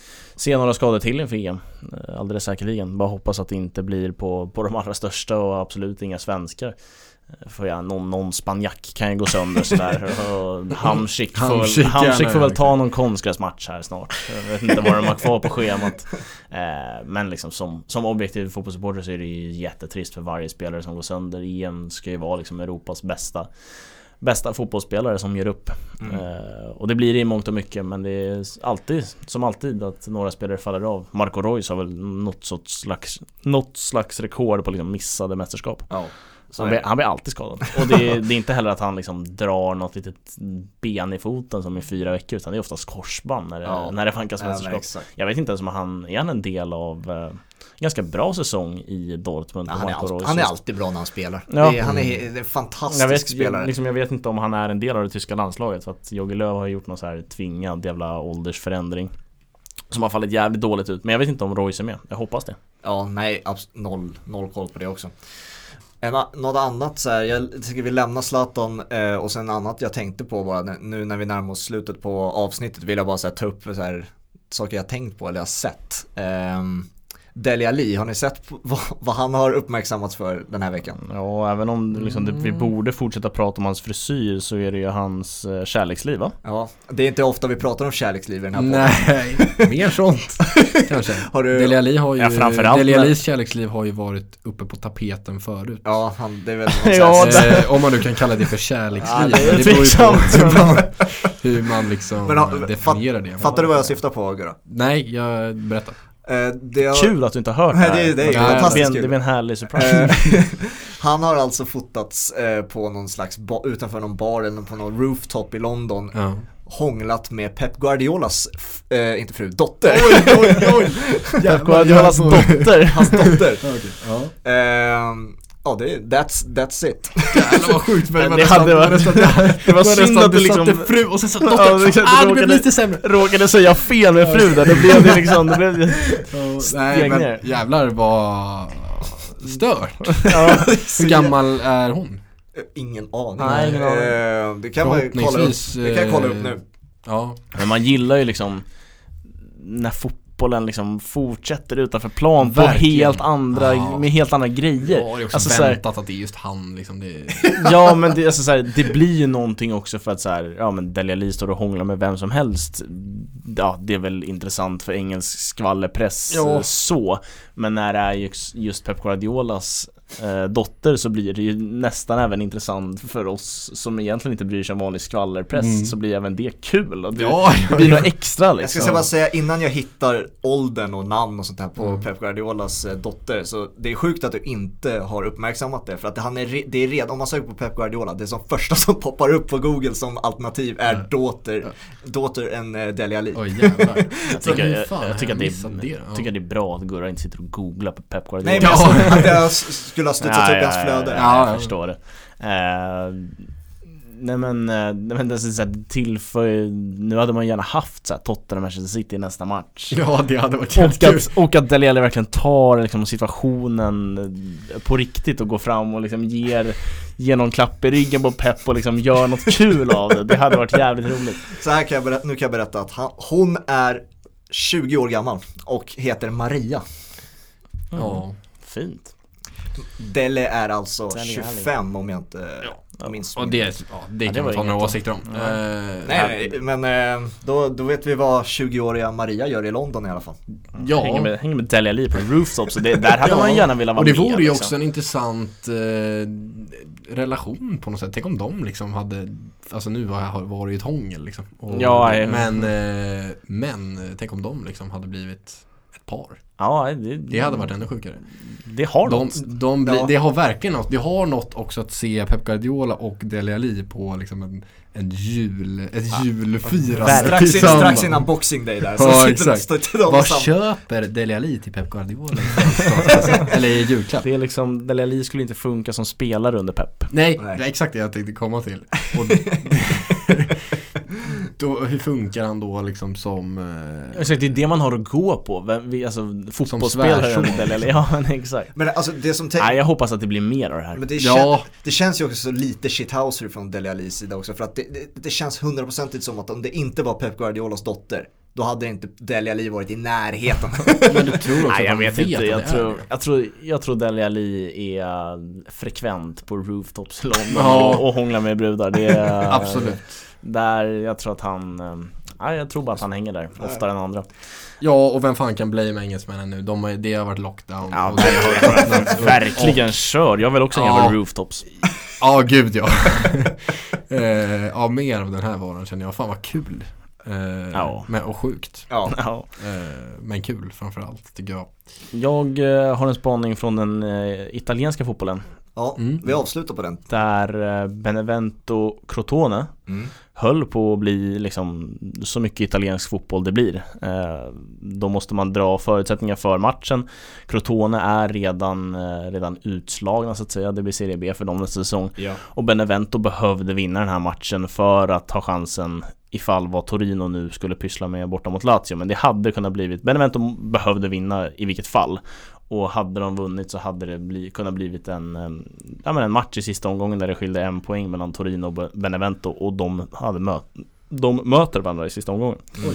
se några skador till inför E M, alldeles säkerligen. Bara hoppas att det inte blir på, på de allra största, och absolut inga svenskar. För ja, någon, någon spanjack kan ju gå sönder sådär. Hamsik får, Hamsik får väl ta någon konstgräsmatch här snart. Jag vet inte vad de har kvar på schemat. eh, Men liksom som, som objektiv fotbollssupporter så är det ju jättetrist för varje spelare som går sönder. E M ska ju vara liksom Europas bästa bästa fotbollsspelare som gör upp. mm. eh, Och det blir det i mångt och mycket, men det är alltid, som alltid, att några spelare faller av. Marco Reus har väl något slags, något slags rekord på liksom missade mästerskap. Ja. Så han, blir, han blir alltid skadad. Och det, det är inte heller att han liksom drar något litet ben i foten som i fyra veckor, utan det är oftast korsband när det, ja. när det fankas mästerskap. Ja, jag vet inte ens om han är han en del av eh, ganska bra säsong i Dortmund. Ja, han, är alltid, han är alltid bra när han spelar. Ja. Det är, han är, det är en fantastisk jag vet, spelare. Jag, liksom, jag vet inte om han är en del av det tyska landslaget, för att Jogi Löw har gjort någon så här tvingad jävla åldersförändring som har fallit jävligt dåligt ut. Men jag vet inte om Royce är med. Jag hoppas det. Ja, nej, abs- noll, noll koll på det också. En, något annat så här, jag tycker vi lämnar Zlatan eh, och sen annat jag tänkte på bara nu när vi närmar oss slutet på avsnittet, vill jag bara så här, ta upp så här, saker jag tänkt på eller jag sett. Eh, Dele Alli, har ni sett vad, vad han har uppmärksammats för den här veckan? Ja, även om liksom, det, vi borde fortsätta prata om hans frisyr, så är det ju hans eh, kärleksliv, va? Ja, det är inte ofta vi pratar om kärleksliv i den här podden. Nej, mer sånt kanske. Har du... Dele Alli har ju, ja, framförallt Dele Allis kärleksliv har ju varit uppe på tapeten förut. Ja, han, det är väl ja, det... eh, om man nu kan kalla det för kärleksliv. Ja, det, det beror ju på hur man, hur man liksom men, ha, definierar det. Fattar du vad jag syftar på, Gura? Nej, jag berättar. Uh, det har... Kul att du inte har hört det här. det, det är ja, fantastiskt kul. Det blir en härlig surprise. Han har alltså fotats uh, på någon slags ba- utanför någon bar eller på någon rooftop i London. Ja. Hånglat med Pep Guardiolas f- uh, inte fru, dotter. Oj, oj, oj. Pep Guardiolas dotter. Hans dotter. Okay. Ja. Uh, Ja, det är, that's, that's it. Jävlar vad sjukt. Men det, det hade varit det var synd att du liksom fru och sen så dotter. Ja, liksom, ah, det blev lite sämre. Råkade säga fel med fru där. Då blev det liksom det blev det nej, men jävlar vad stört. Ja. Hur gammal är hon? Ingen aning. Nej, ingen aning. Eh, det kan man kolla upp. Det kan jag kolla upp nu. Ja. Men man gillar ju liksom när fotbollen liksom fortsätter utanför plan på helt andra, ja. med helt andra grejer. Ja, det är också alltså, väntat så här, att det är just han liksom det... Ja, men det, alltså, så här, det blir ju någonting också för att så här, ja, men Dele Alli står och hånglar med vem som helst. Ja, det är väl intressant för engelsk skvallerpress, ja. Så. Men när det är just, just Pep Guardiolas eh, dotter, så blir det ju nästan även intressant för oss som egentligen inte bryr sig om vanlig skvallerpress. Mm. Så blir även det kul och det, ja, det blir något extra liksom. Jag ska bara säga innan jag hittar åldern och namn och sånt här på mm. Pep Guardiolas eh, dotter, så det är sjukt att du inte har uppmärksammat det, för att han är re- det är redan, om man söker på Pep Guardiola, det som första som poppar upp på Google som alternativ är mm. dotter mm. dotter en eh, Dele Alli. Oj jävlar. Jag tycker, jag, jag, jag tycker att det är, det, ja. tycker att det är bra att Gurra inte sitter och googlar på Pep Guardiola. Nej, men jag, att jag skulle ha studsat ja, upp i hans flöde. Ja, ja, jag förstår det. Uh, nej men, nej men det är så här, tillför, nu hade man gärna haft så här Tottenham Manchester City i nästa match. Ja, det hade varit och att, och att Dele Alli verkligen tar liksom situationen på riktigt och går fram och liksom ger, ger någon klapp i ryggen på Pep och liksom gör något kul av det. Det hade varit jävligt roligt. Så här kan jag berätta, nu kan jag berätta att han, hon är tjugo år gammal och heter Maria. Ja, mm. Fint. Dele är alltså Dele tjugofem om jag inte ja. minns. Och det, ja, det ja, kan det man få några inget åsikter om. Ja. Uh, Nej, nej, men eh, då, då vet vi vad tjugoåriga Maria gör i London i alla fall. Ja. Hänger med, hänger med Dele Alli på en rooftop, så det, där hade ja. man gärna velat vara och det med. vore ju liksom. också en intressant eh, relation på något sätt. Tänk om de liksom hade, alltså nu var, var det ju ett hångel liksom. Och, Ja, men, eh, men tänk om de liksom hade blivit ett par. Ja, det, Det hade varit ännu sjukare. Det har de, något. de bli, Ja. Det har verkligen något. Det har något också att se Pep Guardiola och Dele Alli på liksom en, en jul, ett Ja. julfirande Strax, in, tillsammans. strax innan Boxing Day där. Så Ja, sitter exakt. står de Vad sam- köper Dele Alli till Pep Guardiola? Eller i julklapp? Det är liksom, Dele Alli skulle inte funka som spelare under Pep. Nej, Nej. det är exakt det jag tänkte komma till. Och då, hur funkar han då liksom som eh, Exakt, det är det man har att gå på. Vem, vi, alltså fotbollsspelare svärson. Dele Alli. Ja, men exakt. Men alltså det som tänk- Nej, jag hoppas att det blir mer av det här. Men det, Ja. kän- det känns ju också så lite shithouser från Dele Allis sida också. För att det, det, det känns hundraprocentigt som att om det inte var Pep Guardiolas dotter, då hade inte Dele Alli varit i närheten. men du tror också Nej, att jag han vet vet inte. att Jag det tror, är det? jag, tror, jag tror Dele Alli är frekvent på rooftops i London Ja. och, och hånglar med brudar. Det är, Absolut. Där, jag tror att han... eh, Nej, jag tror bara att han hänger där oftare än andra. Ja, och vem fan kan blame engelsmännen nu? De har, det har varit lockdown. Ja, och det har verkligen, verkligen kör. Jag vill också hänga Ja. på rooftops. Ja, gud ja. eh, ja, mer av den här varan känner jag. Fan vad kul. Eh, Ja. men, och sjukt. Ja. Ja. Eh, men kul framförallt tycker jag. Jag eh, har en spaning från den eh, italienska fotbollen. Ja, Mm. vi avslutar på den. Där eh, Benevento Crotone Mm. höll på att bli liksom så mycket italiensk fotboll det blir. Eh, då måste man dra förutsättningar för matchen. Crotone är redan, eh, redan utslagna så att säga. Det blir Serie B för dem nästa säsong. Ja. Och Benevento behövde vinna den här matchen för att ha chansen ifall vad Torino nu skulle pyssla med borta mot Lazio. Men det hade kunnat blivit, Benevento behövde vinna i vilket fall. Och hade de vunnit så hade det bli, kunnat blivit en, ja, men en match i sista omgången där det skilde en poäng mellan Torino och Benevento. Och de, hade mö- de möter varandra i sista omgången. Oj.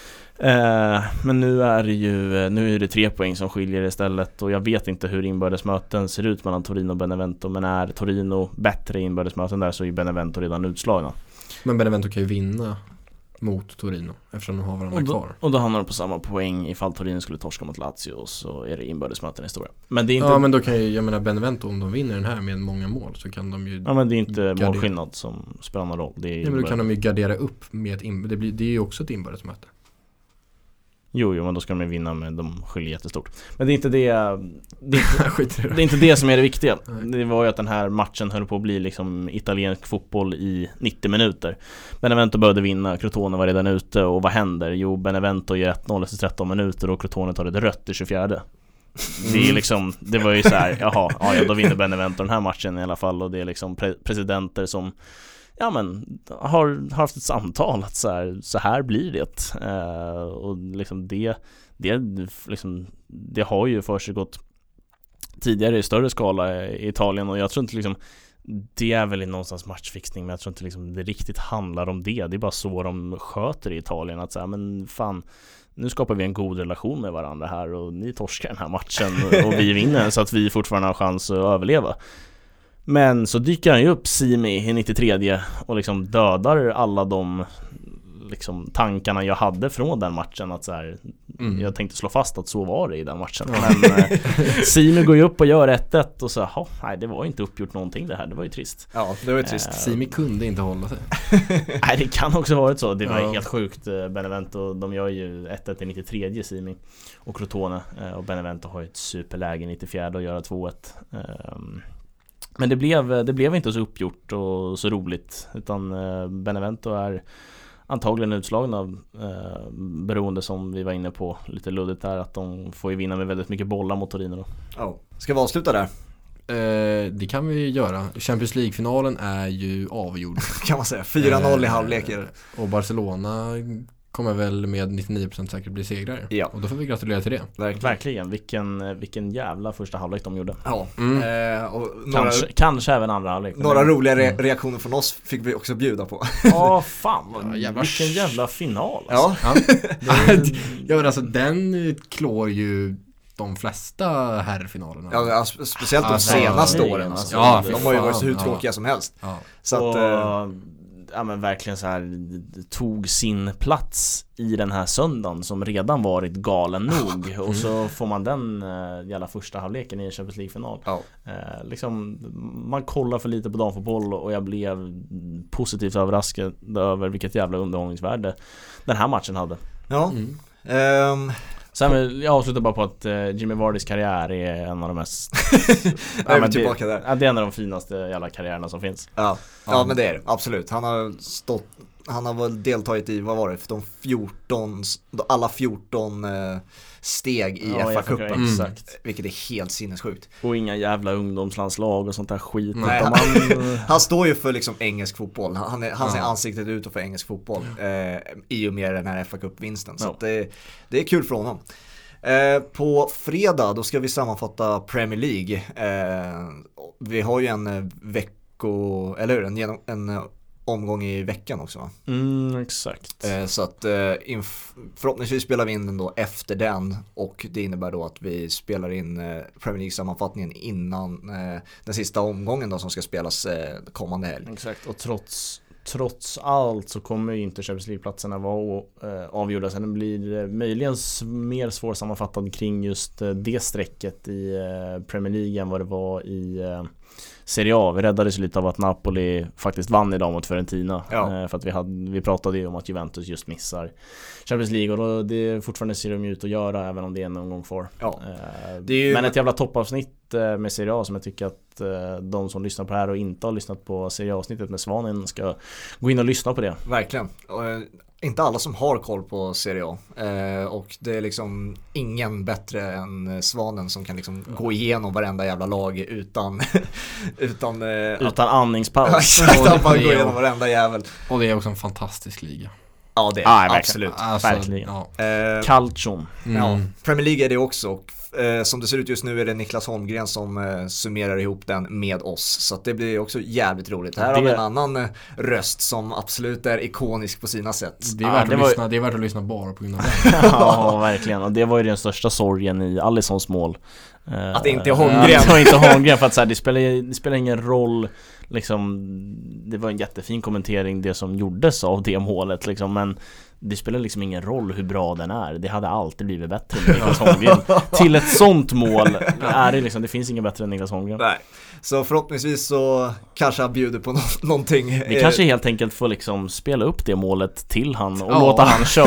Eh, men nu är det ju nu är det tre poäng som skiljer istället. Och jag vet inte hur inbördesmöten ser ut mellan Torino och Benevento. Men är Torino bättre inbördesmöten där så är Benevento redan utslagna. Men Benevento kan ju vinna mot Torino eftersom de har varandra Och då, kvar. och då hamnar de på samma poäng ifall Torino skulle torska mot Lazio, så är det inbördesmöten historia. Men det är inte, Ja, ja, men då kan ju, jag menar Benevento, om de vinner den här med många mål så kan de ju men det är inte Gardera. målskillnad som spelar någon roll. Det är Nej, men då kan de ju gardera upp med ett in, det, blir, det är ju också ett inbördesmöte. Jo, jo, men då ska de ju vinna med de skiljer jättestort. Men det är inte det, det, är inte, Skit i det. det är inte det som är det viktiga. Nej. Det var ju att den här matchen höll på att bli liksom italiensk fotboll i nittio minuter. Benevento började vinna, Crotone var redan ute, och vad händer? Jo, Benevento gör ett noll efter tretton minuter och Crotone tar ett rött i tjugofjärde. Det är liksom, det var ju så här, jaha, ja, ja, då vinner Benevento den här matchen i alla fall. Och det är liksom pre- presidenter som ja, men har, har haft ett samtal att så här, så här blir det. Eh, och liksom det, det, liksom, det har ju försiggått tidigare i större skala i Italien, och jag tror inte liksom, det är väl i någonstans matchfixning, men jag tror inte liksom det riktigt handlar om det. Det är bara så de sköter i Italien, att så här, men fan, nu skapar vi en god relation med varandra här och ni torskar den här matchen och vi vinner så att vi fortfarande har chans att överleva. Men så dyker han ju upp, Simi, i nittiotre och liksom dödar alla de liksom tankarna jag hade från den matchen, att så här, Mm. jag tänkte slå fast att så var det i den matchen. Ja. Men eh, Simi går ju upp och gör ett ett och så, ja, nej, det var ju inte uppgjort någonting det här, det var ju trist. Ja, det var ju trist. Eh, Simi kunde inte hålla sig. Nej, det kan också varit så. Det var Ja. helt sjukt. Benevento, de gör ju ett ett i nittiotre, Simi och Crotone, och Benevento har ju ett superläge i nittiofyra att göra två ett. Men det blev, det blev inte så uppgjort och så roligt, utan Benevento är antagligen utslagna av eh, beroende, som vi var inne på lite luddigt där, att de får ju vinna med väldigt mycket bollar mot Torino då. Ja. Ska vi avsluta där? Eh, det kan vi göra. Champions League-finalen är ju avgjord. Kan man säga. fyra noll i Eh, halvlek är det. Och Barcelona kommer väl med nittionio procent säkert bli segrare. Ja. Och då får vi gratulera till det. Verkligen. Verkligen, vilken, vilken jävla första halvlek de gjorde. Ja. Mm. Eh, och några, Kanske, kanske även andra halvlek. några roliga re- Mm. reaktioner från oss fick vi också bjuda på. Ja, fan, vad, Ja, jävla vilken sh- jävla final alltså. Ja. Ja. Ja men alltså den klår ju de flesta herrfinalerna. Ja, alltså, speciellt de alltså, senaste ja, åren. alltså, ja, de har ju varit fan, hur tråkiga ja. som helst. Ja. Så och, att, eh, ja men verkligen så här tog sin plats i den här söndagen som redan varit galen nog. Och så får man den uh, jävla första halvleken i en Champions League-final. ja. Uh, liksom, man kollar för lite på damfotboll och jag blev positivt överraskad över vilket jävla underhållningsvärde den här matchen hade. Ja. Mm. Ehm, Sen vill jag avslutar bara på att uh, Jimmy Vardys karriär är en av de mest är vi men tillbaka det, där. ja, det är en av de finaste jävla karriärerna som finns. Ja. Ja, men det är det, absolut. Han har stått, han har väl deltagit i, vad var det, för de fjorton, alla fjorton eh, steg i Ja, F A-cupen. Mm. Exakt. Vilket är helt sinnessjukt. Och inga jävla ungdomslandslag och sånt där skit. Nej, utan man, Han står ju för liksom engelsk fotboll. Han är, han ser Ja. ansiktet ut för engelsk fotboll eh, i och med den här F A-cupvinsten. Så Ja. att det, det är kul för honom. Eh, på fredag då ska vi sammanfatta Premier League. Eh, vi har ju en eh, vecko, eller hur? En, genom, en eh, omgång i veckan också, va? mm, exakt. Eh, så att eh, inf- förhoppningsvis spelar vi in den då efter den, och det innebär då att vi spelar in eh, Premier League-sammanfattningen innan eh, den sista omgången då som ska spelas eh, kommande helg. Exakt, och trots Trots allt så kommer ju inte Champions League-platserna vara eh, avgjorda. Sen blir det möjligen s- mer svårsammanfattad kring just eh, det strecket i eh, Premier League än vad det var i eh, Serie A. Vi räddades lite av att Napoli faktiskt vann idag mot Fiorentina. Ja. Eh, för att vi, hade, vi pratade ju om att Juventus just missar Champions League. Och då, det fortfarande ser de ut att göra även om det är en gång kvar. Ja. Eh, Det är ju- Men ett jävla toppavsnitt eh, med Serie A som jag tycker att eh, de som lyssnar på det här och inte har lyssnat på Serie A-avsnittet med Svanen ska gå in och lyssna på det. Verkligen. Och, eh, inte alla som har koll på Serie A. Eh, och det är liksom ingen bättre än eh, Svanen som kan liksom gå igenom varenda jävla lag utan utan, eh, att, Utan andningspaus. exakt, att man det är- går igenom varenda jävel. Och det är också en fantastisk liga. Ja, det är Ja, verkligen. absolut. Alltså, Verkligen. Ja. Eh, Calcium. Mm. Ja, Premier League är det också, och eh, som det ser ut just nu är det Niklas Holmgren som eh, summerar ihop den med oss, så att det blir också jävligt roligt. Här Det- har vi en annan eh, röst som absolut är ikonisk på sina sätt. Det, är Ja, värt det att var- lyssna, det är värt att lyssna bara på grund av det. Ja, verkligen. Och det var ju den största sorgen i Alissons mål. Eh, Att det inte är Holmgren. Att det var inte Holmgren, för att så här, det, spelar, det spelar ingen roll liksom, det var en jättefin kommentering det som gjordes av det målet liksom, men det spelar liksom ingen roll hur bra den är. Det hade alltid blivit bättre med Niklas Holmgren. Till ett sånt mål är det liksom, det finns ingen bättre än Niklas Holmgren. Nej. Så förhoppningsvis så kanske han bjuder på no- någonting. Vi eh, kanske helt enkelt får liksom spela upp det målet till han och Ja. låta han köra.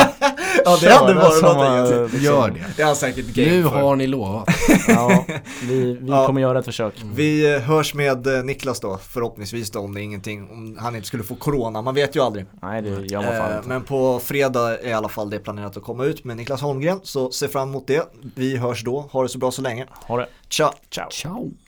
Ja, det hade Köra varit som, någonting. eh, Liksom. Gör det. Det är han säkert game Nu för. har ni lovat. Ja, vi, vi Ja. kommer göra ett försök. Vi eh, hörs med eh, Niklas då, förhoppningsvis då, om det är ingenting, om han inte skulle få corona, man vet ju aldrig. Nej, det gör man fan Eh, inte. men på fredag är i alla fall det planerat att komma ut med Niklas Holmgren, så se fram emot det. Vi hörs då, ha det så bra så länge. Ha det. Ciao! Ciao. Ciao.